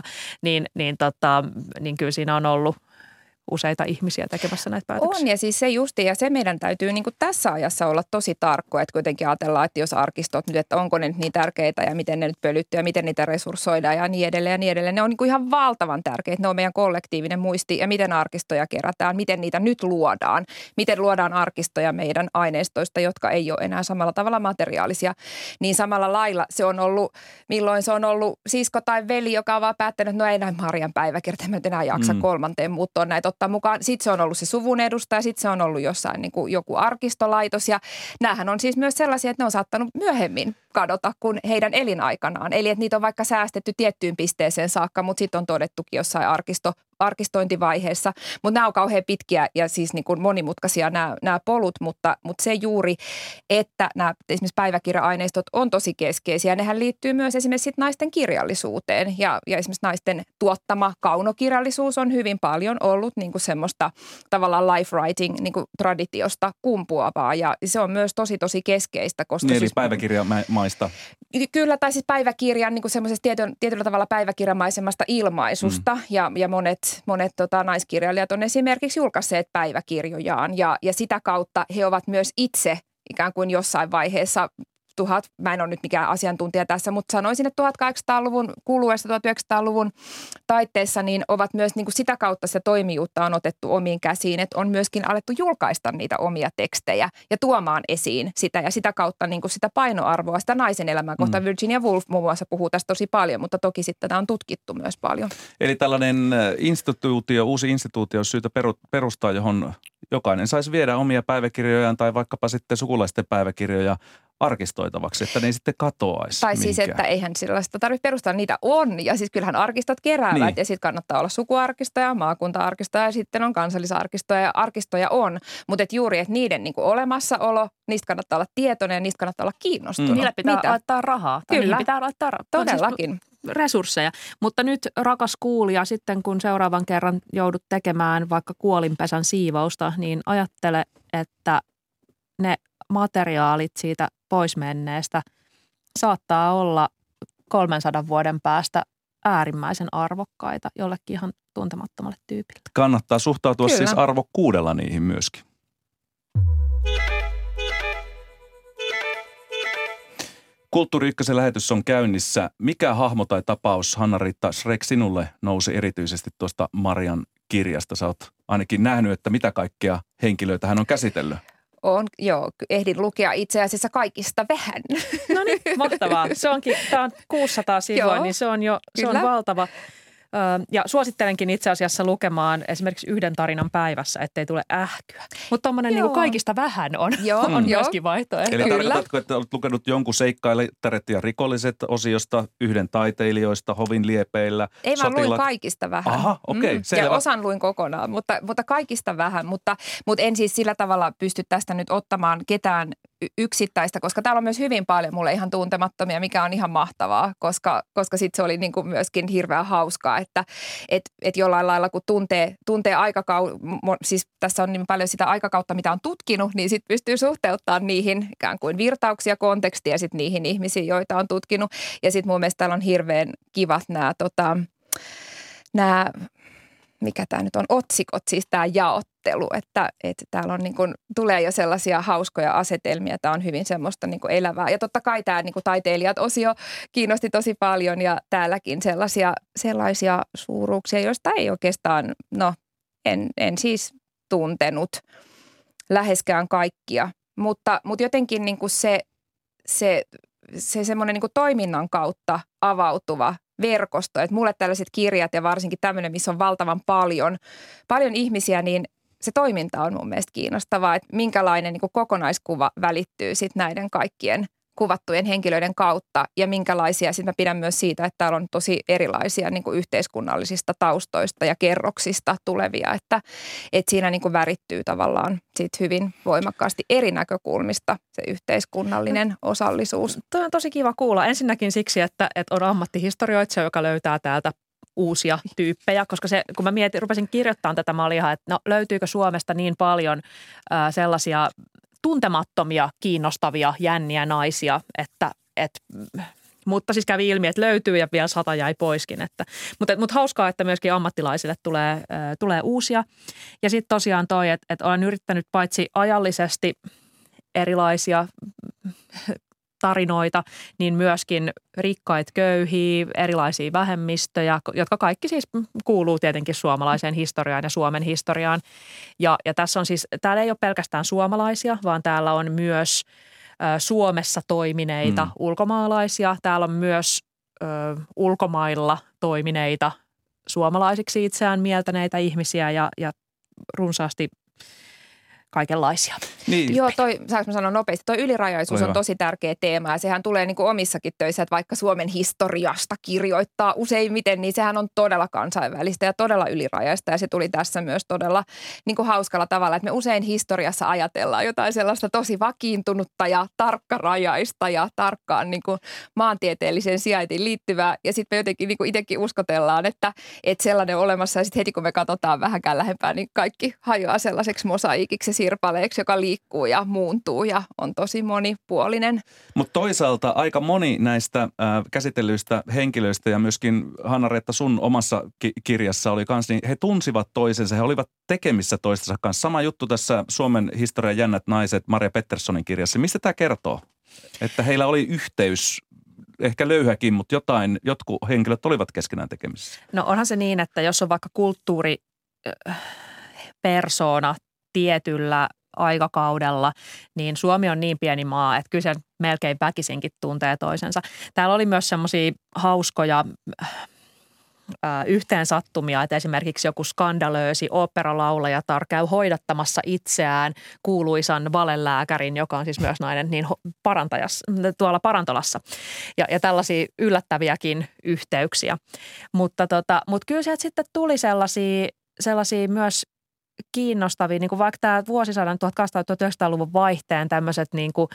Speaker 3: niin kyllä siinä on ollut useita ihmisiä tekemässä näitä päätöksiä.
Speaker 1: On ja siis se justi ja se meidän täytyy niin kuin tässä ajassa olla tosi tarkkoja, että kuitenkin ajatellaan, että jos arkistot nyt, että onko ne nyt niin tärkeitä ja miten ne nyt pölyttyy ja miten niitä resurssoidaan ja niin edelleen ja niin edelleen. Ne on niin kuin ihan valtavan tärkeitä. Ne on meidän kollektiivinen muisti ja miten arkistoja kerätään, miten niitä nyt luodaan. Miten luodaan arkistoja meidän aineistoista, jotka ei ole enää samalla tavalla materiaalisia. Niin samalla lailla se on ollut, milloin se on ollut sisko tai veli, joka on vaan päättänyt, että no ei näin Marian päiväkirja, mä en enää jaksa kolmanteen muuttoon näitä ottaa mukaan. Sitten se on ollut se suvun edustaja, sitten se on ollut jossain niin kuin joku arkistolaitos ja näähän on siis myös sellaisia, että ne on saattanut myöhemmin kadota kuin heidän elinaikanaan. Eli että niitä on vaikka säästetty tiettyyn pisteeseen saakka, mutta sitten on todettukin jossain arkistointivaiheessa. Mutta nämä on kauhean pitkiä ja siis niin kuin monimutkaisia nämä polut, mutta se juuri, että nämä esimerkiksi päiväkirja-aineistot on tosi keskeisiä. Nehän liittyy myös esimerkiksi naisten kirjallisuuteen ja esimerkiksi naisten tuottama kaunokirjallisuus on hyvin paljon ollut niin kuin semmoista tavallaan life writing niin kuin traditiosta kumpuavaa ja se on myös tosi keskeistä. Koska
Speaker 2: niin, eli päiväkirjamaista.
Speaker 1: Kyllä, tai siis päiväkirjan niin kuin semmoisesta tietyllä tavalla päiväkirjamaisemmasta ilmaisusta ja monet naiskirjailijat on esimerkiksi julkaisseet päiväkirjojaan ja sitä kautta he ovat myös itse ikään kuin jossain vaiheessa mä en ole nyt mikään asiantuntija tässä, mutta sanoisin, että 1800-luvun kuluessa, 1900-luvun taitteessa, niin ovat myös niin kuin sitä kautta se toimijuutta on otettu omiin käsiin, että on myöskin alettu julkaista niitä omia tekstejä ja tuomaan esiin sitä ja sitä kautta niin kuin sitä painoarvoa, sitä naisen elämää kohtaan. Virginia Woolf muun muassa puhuu tästä tosi paljon, mutta toki sitten tätä on tutkittu myös paljon.
Speaker 2: Eli tällainen uusi instituutio on syytä perustaa, johon jokainen saisi viedä omia päiväkirjojaan tai vaikkapa sitten sukulaisten päiväkirjoja arkistoitavaksi, että ne ei sitten katoaisi.
Speaker 1: Tai siis, että eihän sellaista tarvitse perustaa, niitä on. Ja siis kyllähän arkistot keräävät niin. Ja sitten kannattaa olla sukuarkistoja, maakunta-arkistoja ja sitten on kansallisarkistoja ja arkistoja on. Mutta juuri, että niiden niinku olemassaolo, niistä kannattaa olla tietoinen ja niistä kannattaa olla kiinnostunut.
Speaker 3: Niille pitää laittaa rahaa. Tai
Speaker 1: kyllä.
Speaker 3: Pitää laittaa
Speaker 1: todellakin.
Speaker 3: Resursseja. Mutta nyt rakas kuulija, sitten kun seuraavan kerran joudut tekemään vaikka kuolinpesän siivousta, niin ajattele, että ne materiaalit siitä pois menneestä saattaa olla 300 vuoden päästä äärimmäisen arvokkaita jollekin ihan tuntemattomalle tyypille.
Speaker 2: Kannattaa suhtautua kyllä. Siis arvokkuudella niihin myöskin. Kulttuuri Ykkösen lähetys on käynnissä. Mikä hahmo tai tapaus, Hanna-Riitta Schreck, sinulle nousi erityisesti tuosta Marian kirjasta? Sä oot ainakin nähnyt, että mitä kaikkea henkilöitä hän on käsitellyt.
Speaker 1: Joo, ehdin lukea itse asiassa kaikista vähän.
Speaker 3: No niin, mahtavaa. Tämä on 600 sivua, niin se on valtava. Ja suosittelenkin itse asiassa lukemaan esimerkiksi yhden tarinan päivässä, ettei tule ähkyä. Mutta tuommoinen niin kaikista vähän on myöskin vaihtoehto.
Speaker 2: Eli tarkoitatko, että olet lukenut jonkun Seikkailijat ja rikolliset -osiosta, yhden taiteilijoista, Hovin liepeillä?
Speaker 1: Ei vaan luin kaikista vähän.
Speaker 2: Aha, okei, selvä.
Speaker 1: Ja osan luin kokonaan, mutta kaikista vähän. Mutta en siis sillä tavalla pysty tästä nyt ottamaan ketään yksittäistä, koska täällä on myös hyvin paljon mulle ihan tuntemattomia, mikä on ihan mahtavaa, koska sitten se oli niin kuin myöskin hirveän hauskaa, että jollain lailla kun tuntee siis tässä on niin paljon sitä aikakautta, mitä on tutkinut, niin sitten pystyy suhteuttamaan niihin ikään kuin virtauksia, kontekstia sitten niihin ihmisiin, joita on tutkinut. Ja sitten mun mielestä täällä on hirveän kivat nämä mikä tämä nyt on, otsikot, siis tämä jaottelu, että täällä on niin kuin, tulee jo sellaisia hauskoja asetelmia, tämä on hyvin semmoista niin kuin elävää. Ja totta kai tämä niin kuin taiteilijat-osio kiinnosti tosi paljon ja täälläkin sellaisia suuruuksia, joista ei oikeastaan, en siis tuntenut läheskään kaikkia, mutta jotenkin niin kuin se semmoinen niin kuin toiminnan kautta avautuva verkosto, että mulle tällaiset kirjat ja varsinkin tämmöinen, missä on valtavan paljon ihmisiä, niin se toiminta on mun mielestä kiinnostavaa, että minkälainen niin kuin kokonaiskuva välittyy sitten näiden kaikkien kuvattujen henkilöiden kautta ja minkälaisia, sitten mä pidän myös siitä, että täällä on tosi erilaisia niin kuin yhteiskunnallisista taustoista ja kerroksista tulevia, että siinä niin kuin värittyy tavallaan sit hyvin voimakkaasti eri näkökulmista se yhteiskunnallinen osallisuus.
Speaker 3: Tuo on tosi kiva kuulla. Ensinnäkin siksi, että on ammattihistorioitsija, joka löytää täältä uusia tyyppejä, koska kun mä rupesin kirjoittamaan tätä, mä olin ihan, että löytyykö Suomesta niin paljon sellaisia tuntemattomia, kiinnostavia, jänniä naisia, mutta siis kävi ilmi, että löytyy ja vielä 100 jäi poiskin. Mutta hauskaa, että myöskin ammattilaisille tulee uusia. Ja sitten tosiaan että olen yrittänyt paitsi ajallisesti erilaisia tarinoita, niin myöskin rikkaita köyhiä, erilaisia vähemmistöjä, jotka kaikki siis kuuluu tietenkin suomalaiseen historiaan ja Suomen historiaan. Ja tässä on siis, täällä ei ole pelkästään suomalaisia, vaan täällä on myös Suomessa toimineita ulkomaalaisia. Täällä on myös ulkomailla toimineita suomalaisiksi itseään mieltäneitä ihmisiä ja runsaasti kaikenlaisia.
Speaker 1: Niin. Joo, saanko mä sanoa nopeasti, toi ylirajaisuus on tosi tärkeä teema ja sehän tulee niin kuin omissakin töissä, että vaikka Suomen historiasta kirjoittaa useimmiten, niin sehän on todella kansainvälistä ja todella ylirajaista ja se tuli tässä myös todella niin kuin hauskalla tavalla, että me usein historiassa ajatellaan jotain sellaista tosi vakiintunutta ja tarkkarajaista ja tarkkaan niin kuin maantieteelliseen sijaintiin liittyvää ja sitten me jotenkin niin kuin itsekin uskotellaan, että sellainen on olemassa ja sitten heti kun me katsotaan vähänkään lähempää, niin kaikki hajoaa sellaiseksi mosaiikiksi ja sirpaleeksi, joka liikkuu ja muuntuu ja on tosi monipuolinen. Mutta
Speaker 2: toisaalta aika moni näistä käsitellyistä henkilöistä ja myöskin Hanna-Reetta sun omassa kirjassa oli kans, niin he tunsivat toisensa, he olivat tekemissä toistensa kanssa. Sama juttu tässä Suomen historian jännät naiset Maria Petterssonin kirjassa. Mistä tämä kertoo? Että heillä oli yhteys, ehkä löyhäkin, mutta jotkut henkilöt olivat keskenään tekemisissä.
Speaker 3: No onhan se niin, että jos on vaikka kulttuuripersona tietyllä aikakaudella, niin Suomi on niin pieni maa, että kyllä se melkein väkisinkin tuntee toisensa. Täällä oli myös semmoisia hauskoja yhteensattumia, että esimerkiksi joku skandalöösi oopperalaulajatar käy hoidattamassa itseään kuuluisan valelääkärin, joka on siis myös nainen, niin tuolla parantolassa. Ja tällaisia yllättäviäkin yhteyksiä. Mutta kyllä sieltä sitten tuli sellaisia myös kiinnostavia, niin kuin vaikka tämä vuosisadan 1800-1900-luvun vaihteen tämmöiset niin kuin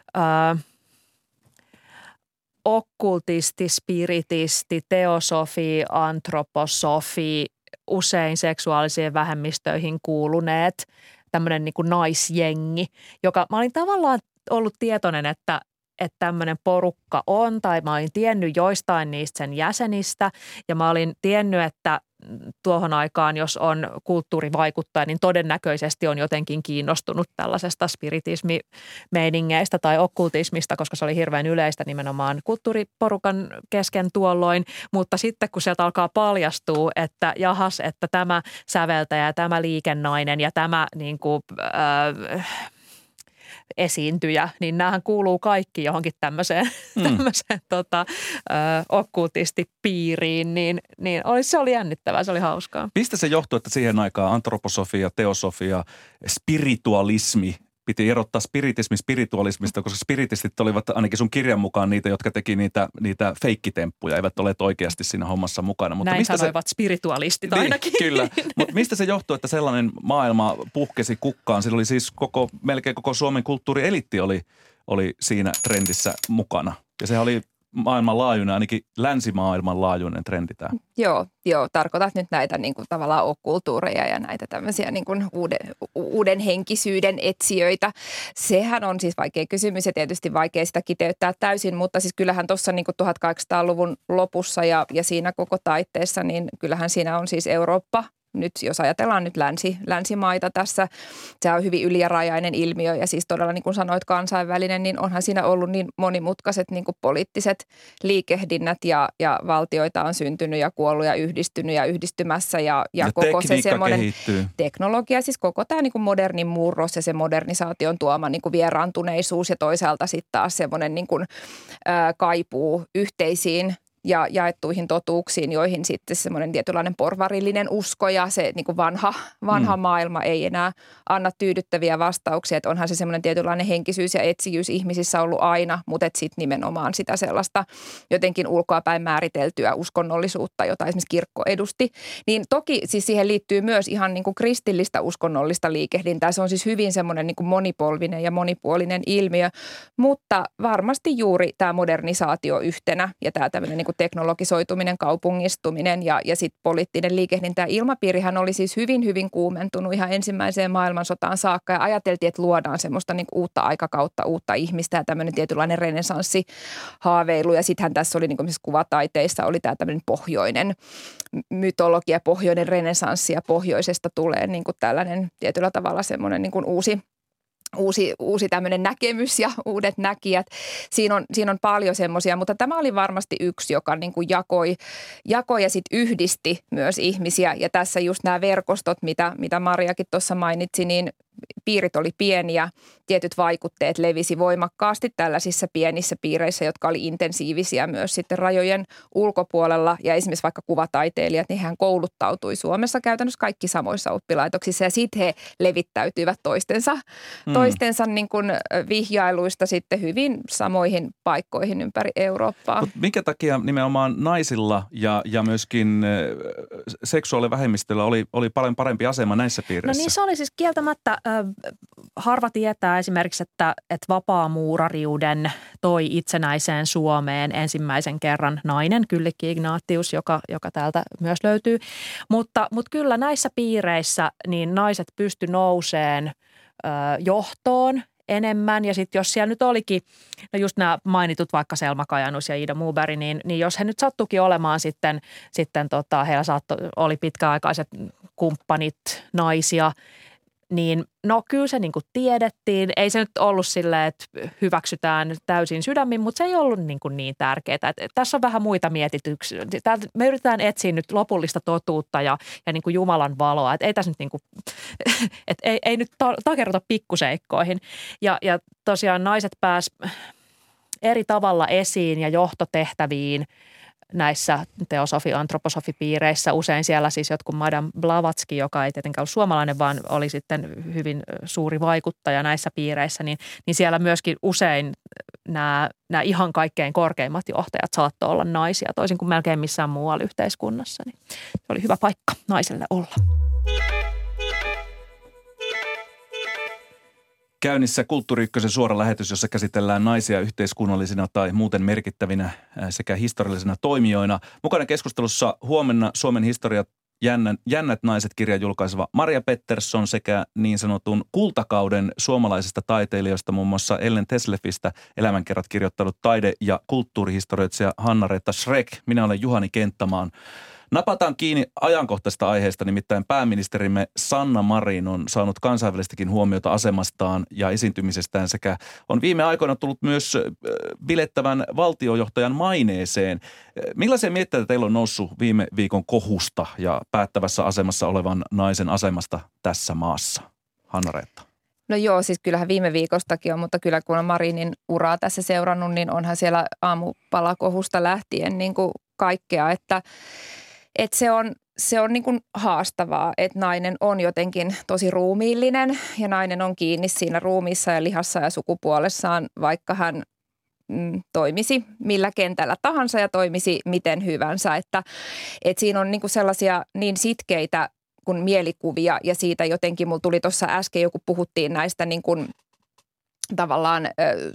Speaker 3: okkultisti, spiritisti, teosofi, antroposofi, usein seksuaalisiin vähemmistöihin kuuluneet tämmöinen niin kuin naisjengi, joka mä olin tavallaan ollut tietoinen, että tämmöinen porukka on, tai mä olin tiennyt joistain niistä sen jäsenistä, ja mä olin tiennyt, että tuohon aikaan, jos on kulttuurivaikuttaja, niin todennäköisesti on jotenkin kiinnostunut tällaisesta spiritismimeiningeistä tai okkultismista, koska se oli hirveän yleistä nimenomaan kulttuuriporukan kesken tuolloin. Mutta sitten kun sieltä alkaa paljastua, että jahas, että tämä säveltäjä, tämä liikennainen ja tämä niin kuin, esiintyjä, niin näähän kuuluu kaikki johonkin tämmöiseen okkultistipiiriin, niin se oli jännittävää, se oli hauskaa.
Speaker 2: Mistä se johtuu, että siihen aikaan antroposofia, teosofia, spiritualismi, piti erottaa spiritismi spiritualismista, koska spiritistit olivat ainakin sun kirjan mukaan niitä, jotka teki niitä feikkitemppuja, eivät ole oikeasti siinä hommassa mukana. Mutta
Speaker 3: näin sanoivat spiritualistit ainakin.
Speaker 2: Niin, kyllä, mutta mistä se johtuu, että sellainen maailma puhkesi kukkaan? Siinä oli siis melkein koko Suomen kulttuurieliitti oli siinä trendissä mukana. Ja sehän oli maailmanlaajuinen, ainakin länsimaailman laajuinen trendi tämä.
Speaker 1: Joo, tarkoitat nyt näitä niin kuin tavallaan okkulttuureja ja näitä tämmöisiä niin kuin uuden henkisyyden etsijöitä. Sehän on siis vaikea kysymys ja tietysti vaikea sitä kiteyttää täysin, mutta siis kyllähän tuossa niin kuin 1800-luvun lopussa ja siinä koko taitteessa, niin kyllähän siinä on siis Eurooppa. Nyt jos ajatellaan nyt länsimaita tässä, se on hyvin ylijärajainen ilmiö ja siis todella niin kuin sanoit kansainvälinen, niin onhan siinä ollut niin monimutkaiset niin kuin poliittiset liikehdinnät ja valtioita on syntynyt ja kuollut ja yhdistynyt ja yhdistymässä ja koko se semmoinen
Speaker 2: kehittyy.
Speaker 1: Teknologia, siis koko tämä niin kuin modernin murros ja se modernisaation tuoma niin kuin vieraantuneisuus ja toisaalta sitten taas semmoinen niin kuin kaipuu yhteisiin ja jaettuihin totuuksiin, joihin sitten semmoinen tietynlainen porvarillinen usko ja se niin kuin vanha maailma ei enää anna tyydyttäviä vastauksia. Että onhan se semmoinen tietynlainen henkisyys ja etsijyys ihmisissä ollut aina, mutta sitten nimenomaan sitä sellaista jotenkin ulkoapäin määriteltyä uskonnollisuutta, jota esimerkiksi kirkko edusti. Niin toki siis siihen liittyy myös ihan niin kuin kristillistä uskonnollista liikehdintää. Se on siis hyvin semmoinen niin kuin monipolvinen ja monipuolinen ilmiö, mutta varmasti juuri tämä modernisaatio yhtenä ja tämä tämmöinen niin kuin teknologisoituminen, kaupungistuminen ja sitten poliittinen liikehdintä ja ilmapiirihän oli siis hyvin, hyvin kuumentunut ihan ensimmäiseen maailmansotaan saakka ja ajateltiin, että luodaan semmoista niin kuin uutta aikakautta, uutta ihmistä ja tämmöinen tietynlainen renessanssihaaveilu ja sittenhän tässä oli niin kuin kuvataiteissa oli tämä tämmöinen pohjoinen mytologia, pohjoinen renessanssi ja pohjoisesta tulee niin kuin tällainen tietyllä tavalla semmoinen niin kuin uusi tämmöinen näkemys ja uudet näkijät. Siinä on paljon semmoisia, mutta tämä oli varmasti yksi, joka niin kuin jakoi ja sitten yhdisti myös ihmisiä. Ja tässä just nämä verkostot, mitä Mariakin tuossa mainitsi, niin piirit oli pieniä, tietyt vaikutteet levisi voimakkaasti tällaisissa pienissä piireissä, jotka oli intensiivisiä myös sitten rajojen ulkopuolella. Ja esimerkiksi vaikka kuvataiteilijat, niin hän kouluttautui Suomessa käytännössä kaikki samoissa oppilaitoksissa ja sitten he levittäytyivät toistensa niin kuin vihjailuista sitten hyvin samoihin paikkoihin ympäri Eurooppaa.
Speaker 2: Mut minkä takia nimenomaan naisilla ja myöskin seksuaalivähemmistöllä oli paljon parempi asema näissä piireissä?
Speaker 3: No niin, se oli siis kieltämättä. Harva tietää esimerkiksi, että vapaamuurariuden toi itsenäiseen Suomeen ensimmäisen kerran nainen, Kyllikki Ignatius, joka täältä myös löytyy. Mutta kyllä näissä piireissä niin naiset pysty nouseen johtoon enemmän ja sitten jos siellä nyt olikin, no just nämä mainitut vaikka Selma Kajanus ja Ida Moberg, niin jos he nyt sattuikin olemaan sitten heillä oli pitkäaikaiset kumppanit, naisia, niin no kyllä se niin kuin tiedettiin. Ei se nyt ollut silleen, että hyväksytään täysin sydämin, mutta se ei ollut niin tärkeää. Tässä on vähän muita mietityksiä. Me yritetään etsiä nyt lopullista totuutta ja niin kuin Jumalan valoa. Että ei tässä nyt niin kuin, ei nyt takerrota pikkuseikkoihin. Ja tosiaan naiset pääs eri tavalla esiin ja johtotehtäviin näissä teosofi-antroposofipiireissä. Usein siellä siis jotkut Madame Blavatsky, joka ei tietenkään ollut suomalainen, vaan oli sitten hyvin suuri vaikuttaja näissä piireissä, niin siellä myöskin usein nämä ihan kaikkein korkeimmat johtajat saattoi olla naisia, toisin kuin melkein missään muualla yhteiskunnassa. Niin se oli hyvä paikka naiselle olla.
Speaker 2: Käynnissä Kulttuuri Ykkösen suora lähetys, jossa käsitellään naisia yhteiskunnallisina tai muuten merkittävinä sekä historiallisina toimijoina. Mukana keskustelussa huomenna Suomen historiat jännät naiset -kirjan julkaiseva Maria Pettersson sekä niin sanotun kultakauden suomalaisista taiteilijoista, muun muassa Ellen Teslefistä elämänkerrat kirjoittanut taide- ja kulttuurihistorioitsija Hanna-Reetta Schreck. Minä olen Juhani Kenttämaan. Napataan kiinni ajankohtaisesta aiheesta, nimittäin pääministerimme Sanna Marin on saanut kansainvälistäkin huomiota asemastaan ja esiintymisestään sekä on viime aikoina tullut myös bilettävän valtiojohtajan maineeseen. Millaisia mietteitä teillä on noussut viime viikon kohusta ja päättävässä asemassa olevan naisen asemasta tässä maassa? Hanna-Reetta.
Speaker 1: No joo, siis kyllähän viime viikostakin on, mutta kyllä kun on Marinin uraa tässä seurannut, niin onhan siellä aamupalakohusta lähtien niin kuin kaikkea, että se on niin kuin haastavaa, että nainen on jotenkin tosi ruumiillinen ja nainen on kiinni siinä ruumiissa ja lihassa ja sukupuolessaan, vaikka hän toimisi millä kentällä tahansa ja toimisi miten hyvänsä, että siinä on niin kuin sellaisia niin sitkeitä kuin mielikuvia ja siitä jotenkin mulla tuli tuossa äsken joku puhuttiin näistä niin kuin tavallaan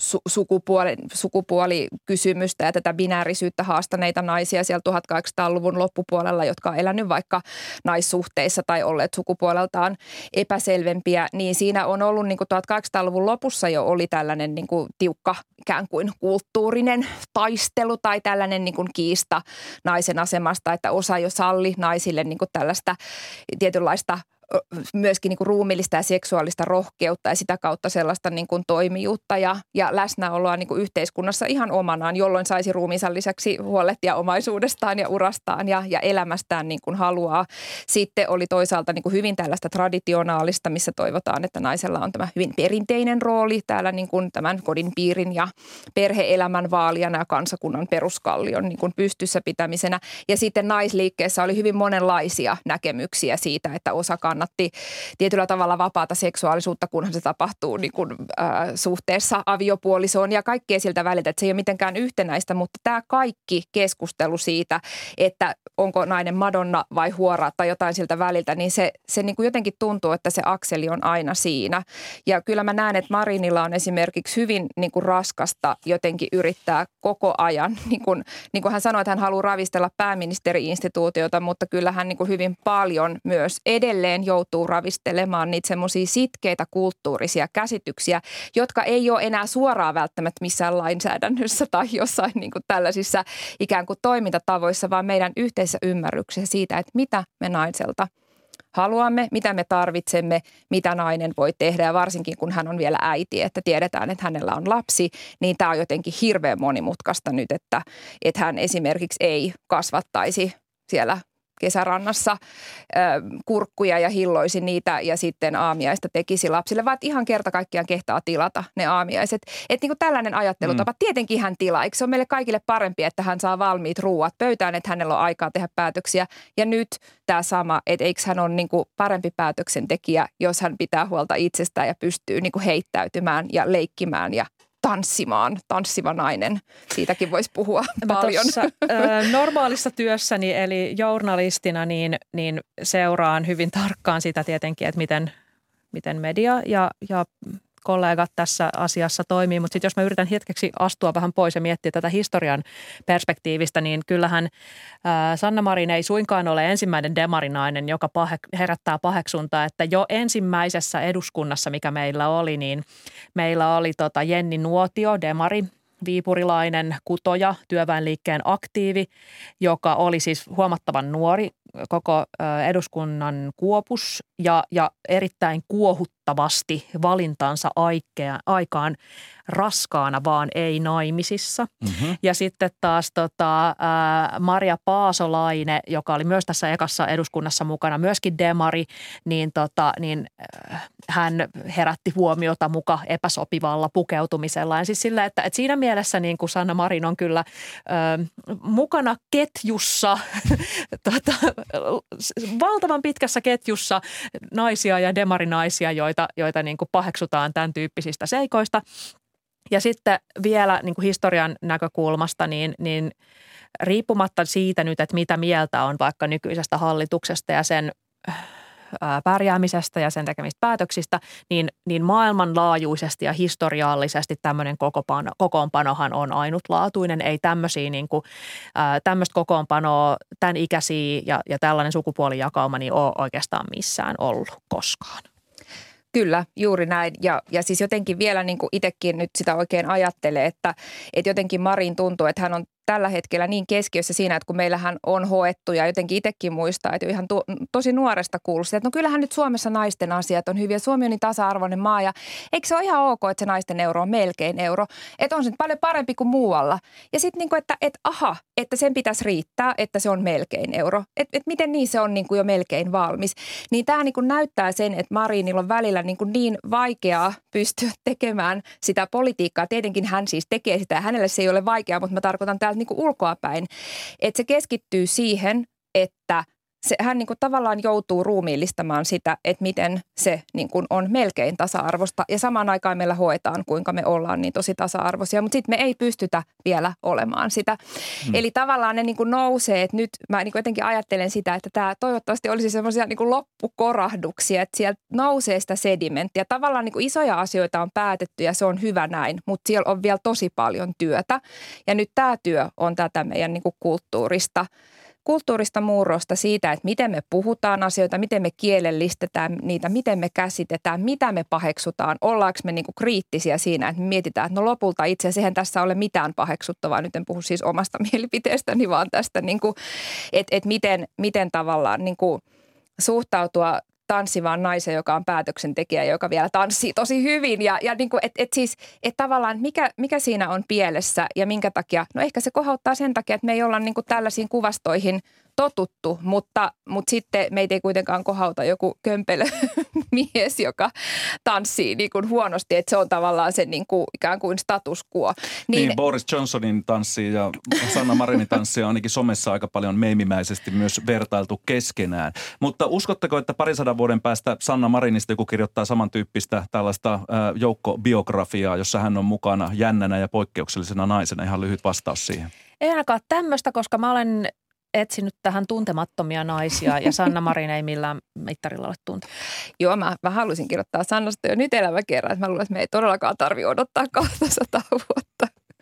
Speaker 1: sukupuolikysymystä ja tätä binäärisyyttä haastaneita naisia siellä 1800-luvun loppupuolella, jotka on elänyt vaikka naissuhteissa tai olleet sukupuoleltaan epäselvempiä, niin siinä on ollut niin kuin 1800-luvun lopussa jo oli tällainen niin kuin tiukka ikään kuin kulttuurinen taistelu tai tällainen niin kuin kiista naisen asemasta, että osa jo salli naisille niin kuin tällaista tietynlaista myöskin niin kuin ruumiillista ja seksuaalista rohkeutta ja sitä kautta sellaista niin kuin toimijuutta ja läsnäoloa niin kuin yhteiskunnassa ihan omanaan, jolloin saisi ruumiinsa lisäksi huolehtia omaisuudestaan ja urastaan ja elämästään niin kuin haluaa. Sitten oli toisaalta niin kuin hyvin tällaista traditionaalista, missä toivotaan, että naisella on tämä hyvin perinteinen rooli täällä niin kuin tämän kodin piirin ja perhe-elämän vaalijana ja kansakunnan peruskallion niin kuin pystyssä pitämisenä. Ja sitten naisliikkeessä oli hyvin monenlaisia näkemyksiä siitä, että osa kannatti tietyllä tavalla vapaata seksuaalisuutta, kunhan se tapahtuu niin kuin, suhteessa aviopuolisoon ja kaikkea siltä väliltä, että se ei ole mitenkään yhtenäistä, mutta tämä kaikki keskustelu siitä, että onko nainen Madonna vai huora tai jotain siltä väliltä, niin se niin kuin jotenkin tuntuu, että se akseli on aina siinä. Ja kyllä mä näen, että Marinilla on esimerkiksi hyvin niin kuin raskasta jotenkin yrittää koko ajan, niin kuin hän sanoi, että hän haluaa ravistella pääministeri-instituutiota, mutta kyllä hän niin kuin hyvin paljon myös edelleen joutuu ravistelemaan niitä semmoisia sitkeitä kulttuurisia käsityksiä, jotka ei ole enää suoraan välttämättä missään lainsäädännössä tai jossain niin kuin tällaisissa ikään kuin toimintatavoissa, vaan meidän yhteisessä ymmärryksessä siitä, että mitä me naiselta haluamme, mitä me tarvitsemme, mitä nainen voi tehdä ja varsinkin kun hän on vielä äiti, että tiedetään, että hänellä on lapsi, niin tämä on jotenkin hirveän monimutkaista nyt, että hän esimerkiksi ei kasvattaisi siellä kesärannassa kurkkuja ja hilloisi niitä ja sitten aamiaista tekisi lapsille, vaan ihan kerta kaikkiaan kehtaa tilata ne aamiaiset. Että niin kuin tällainen ajattelutapa, tietenkin hän tilaa. Eikö se ole meille kaikille parempi, että hän saa valmiit ruuat pöytään, että hänellä on aikaa tehdä päätöksiä. Ja nyt tämä sama, että eikö hän ole niin kuin parempi päätöksentekijä, jos hän pitää huolta itsestään ja pystyy niin kuin heittäytymään ja leikkimään ja tanssiva nainen. Siitäkin voisi puhua paljon.
Speaker 3: Normaalissa työssäni eli journalistina niin seuraan hyvin tarkkaan sitä tietenkin, että miten media ja kollegat tässä asiassa toimii, mutta sitten jos mä yritän hetkeksi astua vähän pois ja miettiä tätä historian perspektiivistä, niin kyllähän Sanna Marin ei suinkaan ole ensimmäinen demarinainen, joka herättää paheksuntaa, että jo ensimmäisessä eduskunnassa, mikä meillä oli, niin meillä oli Jenni Nuotio, demari, viipurilainen kutoja, työväenliikkeen aktiivi, joka oli siis huomattavan nuori koko eduskunnan kuopus ja erittäin kuohuttavasti valintansa aikaan raskaana, vaan ei naimisissa. Mm-hmm. Ja sitten taas Maria Paasolainen, joka oli myös tässä ekassa eduskunnassa mukana, myöskin demari, niin hän herätti huomiota muka epäsopivalla pukeutumisella. Ja siis sillä, että siinä mielessä niin kuin Sanna Marin on kyllä mukana ketjussa, valtavan pitkässä ketjussa naisia ja demarinaisia, joita niin kuin paheksutaan tämän tyyppisistä seikoista. Ja sitten vielä niin kuin historian näkökulmasta, niin riippumatta siitä nyt, että mitä mieltä on vaikka nykyisestä hallituksesta ja sen pärjäämisestä ja sen tekemistä päätöksistä, niin maailmanlaajuisesti ja historiallisesti tämmöinen kokoonpanohan on ainutlaatuinen. Ei tämmöistä kokoonpanoa, tämän ikäisiä ja tällainen sukupuolijakauma niin ole oikeastaan missään ollut koskaan.
Speaker 1: Kyllä, juuri näin. Ja siis jotenkin vielä niin kuin itsekin nyt sitä oikein ajattelee, että jotenkin Marin tuntuu, että hän on tällä hetkellä niin keskiössä siinä, että kun meillähän on hoettu ja jotenkin itsekin muistaa, että ihan tosi nuoresta kuuluu sitä, että no kyllähän nyt Suomessa naisten asiat on hyviä. Suomi on niin tasa-arvoinen maa ja eikö se ole ihan ok, että se naisten euro on melkein euro, että on se paljon parempi kuin muualla. Ja sitten niin kuin, että sen pitäisi riittää, että se on melkein euro. Että miten niin se on niin kuin jo melkein valmis. Niin tämä niin kuin näyttää sen, että Marinilla on välillä niin vaikeaa pystyä tekemään sitä politiikkaa. Tietenkin hän siis tekee sitä ja hänelle se ei ole vaikeaa, mutta mä tarkoitan täältä niin kuin ulkoapäin. Että se keskittyy siihen, että hän niin kuin tavallaan joutuu ruumiillistamaan sitä, että miten se niin kuin on melkein tasa-arvosta. Ja samaan aikaan meillä hoetaan, kuinka me ollaan niin tosi tasa-arvoisia, mutta sitten me ei pystytä vielä olemaan sitä. Eli tavallaan ne niin kuin nousee, että nyt mä niin kuin jotenkin ajattelen sitä, että tämä toivottavasti olisi semmoisia niin kuin loppukorahduksia, että sieltä nousee sitä sedimenttiä. Tavallaan niin kuin isoja asioita on päätetty ja se on hyvä näin, mutta siellä on vielä tosi paljon työtä. Ja nyt tämä työ on tätä meidän niin kuin kulttuurista murrosta siitä, että miten me puhutaan asioita, miten me kielellistetään niitä, miten me käsitetään, mitä me paheksutaan, ollaanko me niinku kriittisiä siinä, että me mietitään, että no lopulta itse asiassa eihän tässä ole mitään paheksuttavaa, nyt en puhu siis omasta mielipiteestäni, vaan tästä, niinku, että miten tavallaan niinku suhtautua tanssivaan naisen, joka on päätöksentekijä, joka vielä tanssii tosi hyvin. Ja niin kuin, siis, tavallaan mikä siinä on pielessä ja minkä takia, no ehkä se kohauttaa sen takia, että me ei olla niin kuin tällaisiin kuvastoihin totuttu, mutta sitten meitä ei kuitenkaan kohauta joku kömpelö mies, joka tanssii niin kuin huonosti, että se on tavallaan se niin kuin ikään kuin status quo.
Speaker 2: Niin Boris Johnsonin tanssi ja Sanna Marinin tanssi on ainakin somessa aika paljon meemimäisesti myös vertailtu keskenään. Mutta uskotteko, että 200 vuoden päästä Sanna Marinista joku kirjoittaa samantyyppistä tällaista joukkobiografiaa, jossa hän on mukana jännänä ja poikkeuksellisena naisena? Ihan lyhyt vastaus siihen.
Speaker 3: Ei ainakaan tämmöistä, koska mä olen etsinyt tähän tuntemattomia naisia ja Sanna Marin ei millään mittarilla ole tuntemattomia.
Speaker 1: Joo, mä haluaisin kirjoittaa Sannasta jo nyt elämäkerran, että mä luulen, että me ei todellakaan tarvitse odottaa 200 vuotta.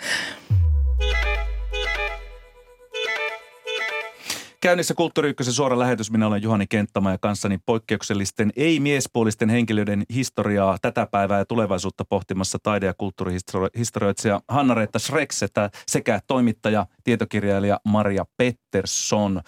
Speaker 2: Käynnissä Kulttuuri Ykkösen suora lähetys. Minä olen Juhani Kenttämaa ja kanssani poikkeuksellisten ei-miespuolisten henkilöiden historiaa, tätä päivää ja tulevaisuutta pohtimassa taide- ja kulttuurihistorioitsija Hanna-Reetta Schreck sekä toimittaja, tietokirjailija Maria Pettersson.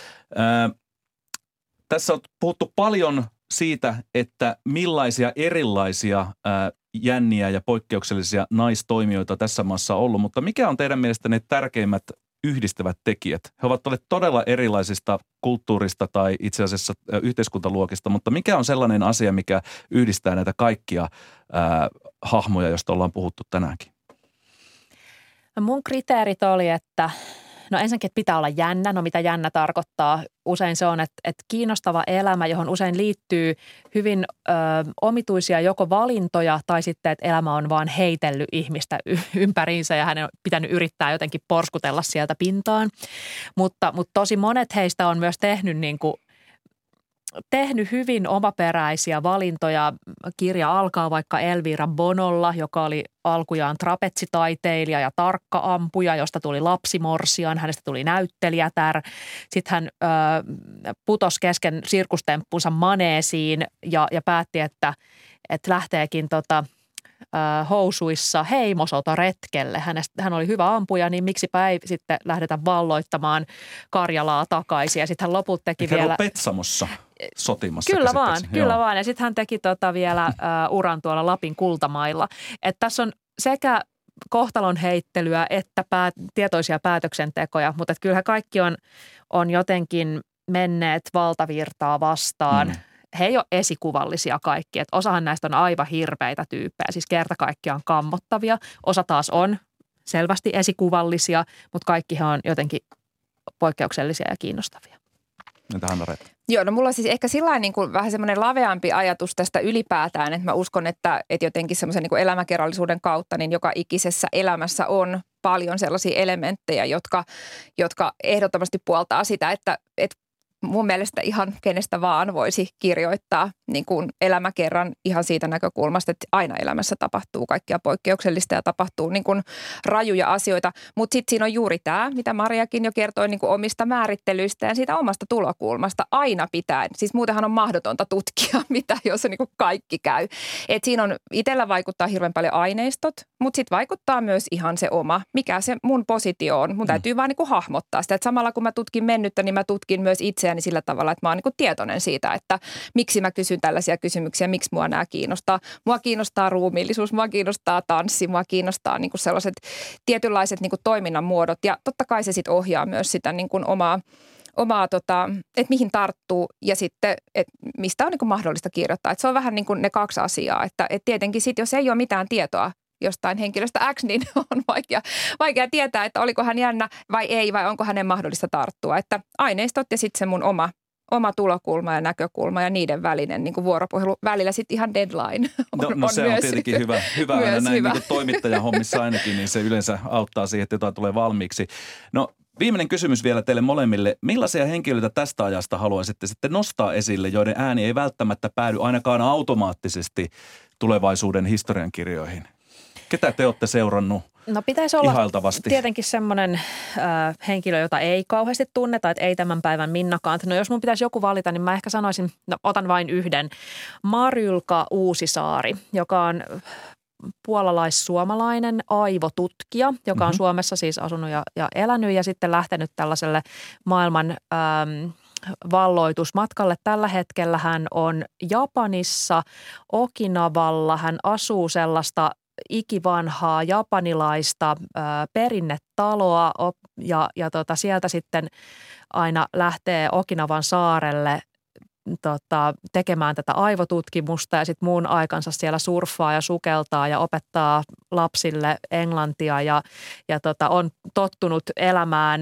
Speaker 2: Tässä on puhuttu paljon siitä, että millaisia erilaisia jänniä ja poikkeuksellisia naistoimijoita tässä maassa on ollut, mutta mikä on teidän mielestänne tärkeimmät yhdistävät tekijät? He ovat olleet todella erilaisista kulttuurista tai itse asiassa yhteiskuntaluokista, mutta mikä on sellainen asia, mikä yhdistää näitä kaikkia hahmoja, joista ollaan puhuttu tänäänkin?
Speaker 3: No mun kriteerit oli, että ensinnäkin, että pitää olla jännä. No mitä jännä tarkoittaa? Usein se on, että kiinnostava elämä, johon usein liittyy hyvin omituisia joko valintoja tai sitten, että elämä on vaan heitellyt ihmistä ympäriinsä ja hänen on pitänyt yrittää jotenkin porskutella sieltä pintaan. Mutta tosi monet heistä on myös tehnyt hyvin omaperäisiä valintoja. Kirja alkaa vaikka Elvira Bonolla, joka oli alkujaan trapetsitaiteilija ja tarkka ampuja, josta tuli lapsimorsian, hänestä tuli näyttelijätär. Sitten hän putosi kesken sirkustemppunsa maneesiin ja päätti, että lähteekin housuissa heimosotaretkelle. Hän oli hyvä ampuja, niin miksipä ei sitten lähdetä valloittamaan Karjalaa takaisin. Ja sitten hän loput teki vielä...
Speaker 2: Petsamossa sotimassa.
Speaker 3: Kyllä vaan. Ja sitten hän teki vielä uran tuolla Lapin kultamailla. Että tässä on sekä kohtalon heittelyä että tietoisia päätöksentekoja, mutta kyllähän kaikki on jotenkin menneet valtavirtaa vastaan. He ei ole esikuvallisia kaikki. Että osahan näistä on aivan hirveitä tyyppejä, siis kerta kaikkiaan kammottavia. Osa taas on selvästi esikuvallisia, mutta kaikki he on jotenkin poikkeuksellisia ja kiinnostavia.
Speaker 2: Entä Hanna-Reetta?
Speaker 1: Joo, no mulla on siis ehkä sillain niin kuin vähän semmoinen laveampi ajatus tästä ylipäätään, että mä uskon, että jotenkin semmoisen niin kuin elämäkerrallisuuden kautta, niin joka ikisessä elämässä on paljon sellaisia elementtejä, jotka ehdottomasti puoltaa sitä, että mun mielestä ihan kenestä vaan voisi kirjoittaa niin kuin elämäkerran ihan siitä näkökulmasta, että aina elämässä tapahtuu kaikkea poikkeuksellista ja tapahtuu niin kuin rajuja asioita. Mutta sitten siinä on juuri tämä, mitä Mariakin jo kertoi niin kuin omista määrittelyistä ja siitä omasta tulokulmasta aina pitäen. Siis muutenhan on mahdotonta tutkia, mitä jos niin kuin kaikki käy. Et siinä on itsellä vaikuttaa hirveän paljon aineistot, mutta sitten vaikuttaa myös ihan se oma, mikä se mun positio on. Mun täytyy vaan niin kuin hahmottaa sitä, että samalla kun mä tutkin mennyttä, niin mä tutkin myös itseäni sillä tavalla, että mä oon niin kuin tietoinen siitä, että miksi mä kysyn tällaisia kysymyksiä, miksi mua nämä kiinnostaa. Mua kiinnostaa ruumiillisuus, mua kiinnostaa tanssi, mua kiinnostaa niin kuin sellaiset tietynlaiset niin kuin toiminnan muodot ja totta kai se sitten ohjaa myös sitä niin kuin omaa että mihin tarttuu ja sitten, että mistä on niin kuin mahdollista kirjoittaa. Että se on vähän niin kuin ne kaksi asiaa, että tietenkin sitten, jos ei ole mitään tietoa jostain henkilöstä X, niin on vaikea tietää, että oliko hän jännä vai ei, vai onko hänen mahdollista tarttua. Että aineistot ja sitten se mun oma tulokulma ja näkökulma ja niiden välinen niin kuin vuoropuhelu välillä sitten ihan deadline
Speaker 2: on se on tietenkin hyvä aina näin niin kuin toimittajan hommissa ainakin, niin se yleensä auttaa siihen, että jotain tulee valmiiksi. No viimeinen kysymys vielä teille molemmille. Millaisia henkilöitä tästä ajasta haluaisitte sitten nostaa esille, joiden ääni ei välttämättä päädy ainakaan automaattisesti tulevaisuuden historiankirjoihin? Ketä te olette seurannut
Speaker 3: pitäisi olla
Speaker 2: ihailtavasti?
Speaker 3: Tietenkin semmoinen henkilö, jota ei kauheasti tunneta, että ei tämän päivän Minna Canth. No jos mun pitäisi joku valita, niin mä ehkä sanoisin, otan vain yhden. Marjulka Uusisaari, joka on puolalais-suomalainen aivotutkija, joka on Suomessa siis asunut ja elänyt ja sitten lähtenyt tällaiselle maailman valloitusmatkalle. Tällä hetkellä hän on Japanissa, Okinawalla. Hän asuu sellaista ikivanhaa japanilaista perinnetaloa ja sieltä sitten aina lähtee Okinawan saarelle tekemään tätä aivotutkimusta ja sitten muun aikansa siellä surffaa ja sukeltaa ja opettaa lapsille englantia ja on tottunut elämään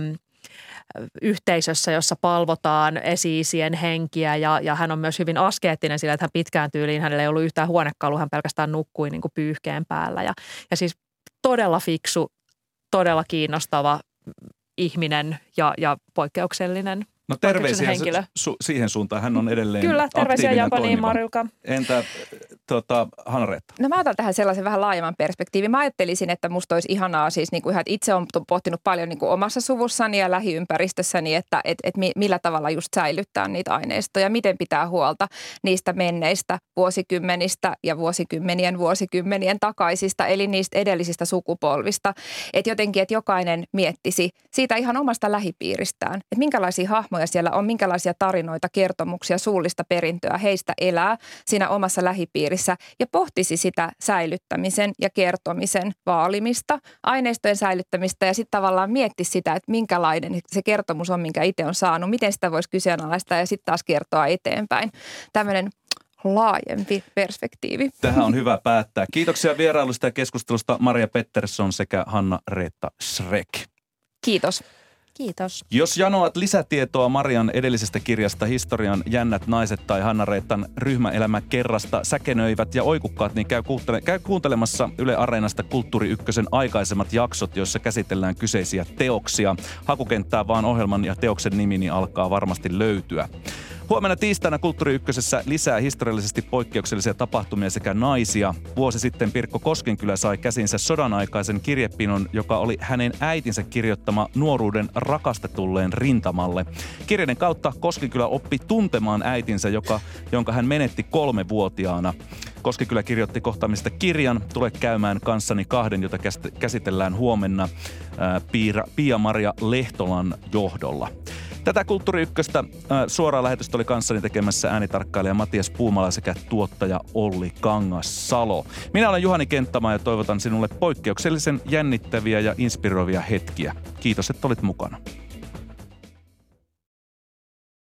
Speaker 3: yhteisössä, jossa palvotaan esi-isien henkiä ja hän on myös hyvin askeettinen sillä, että hän pitkään tyyliin, hänellä ei ollut yhtään huonekalua, hän pelkästään nukkui niin kuin pyyhkeen päällä ja siis todella fiksu, todella kiinnostava ihminen ja poikkeuksellinen.
Speaker 2: No terveisiä siihen suuntaan. Hän on edelleen
Speaker 3: kyllä, terveisiä Japaniin, Marjulka.
Speaker 2: Entä Hanna-Reetta?
Speaker 1: No mä otan tähän sellaisen vähän laajemman perspektiivin. Mä ajattelisin, että musta olisi ihanaa siis niin kuin ihan, että itse olen pohtinut paljon niin kuin omassa suvussani ja lähiympäristössäni, että millä tavalla just säilyttää niitä aineistoja, miten pitää huolta niistä menneistä vuosikymmenistä ja vuosikymmenien takaisista, eli niistä edellisistä sukupolvista. Että jotenkin, että jokainen miettisi siitä ihan omasta lähipiiristään, että minkälaisia hahmoja siellä on, minkälaisia tarinoita, kertomuksia, suullista perintöä heistä elää siinä omassa lähipiirissä ja pohtisi sitä säilyttämisen ja kertomisen vaalimista, aineistojen säilyttämistä ja sitten tavallaan miettisi sitä, että minkälainen se kertomus on, minkä itse on saanut, miten sitä voisi kyseenalaistaa ja sitten taas kertoa eteenpäin. Tämmöinen laajempi perspektiivi.
Speaker 2: Tähän on hyvä päättää. Kiitoksia vierailusta ja keskustelusta Maria Pettersson sekä Hanna-Reetta Schreck.
Speaker 1: Kiitos.
Speaker 3: Kiitos.
Speaker 2: Jos janoat lisätietoa Marian edellisestä kirjasta Historian jännät naiset tai Hanna-Reettan ryhmäelämäkerrasta Säkenöivät ja oikukkaat, niin käy kuuntelemassa Yle Areenasta Kulttuuri Ykkösen aikaisemmat jaksot, joissa käsitellään kyseisiä teoksia. Hakukenttää vaan ohjelman ja teoksen nimi, niin alkaa varmasti löytyä. Huomenna tiistaina Kulttuuri Ykkösessä lisää historiallisesti poikkeuksellisia tapahtumia sekä naisia. Vuosi sitten Pirkko Koskenkylä sai käsinsä sodan aikaisen kirjepinon, joka oli hänen äitinsä kirjoittama nuoruuden rakastetulleen rintamalle. Kirjeiden kautta Koskenkylä oppi tuntemaan äitinsä, jonka hän menetti 3-vuotiaana. Koskenkylä kirjoitti kohtaamista kirjan Tule käymään kanssani kahden, jota käsitellään huomenna Pia-Maria Lehtolan johdolla. Tätä Kulttuuri Ykköstä suoraan lähetystä oli kanssani tekemässä äänitarkkailija Matias Puumala sekä tuottaja Olli Kangassalo. Minä olen Juhani Kenttämaa ja toivotan sinulle poikkeuksellisen jännittäviä ja inspiroivia hetkiä. Kiitos, että olit mukana.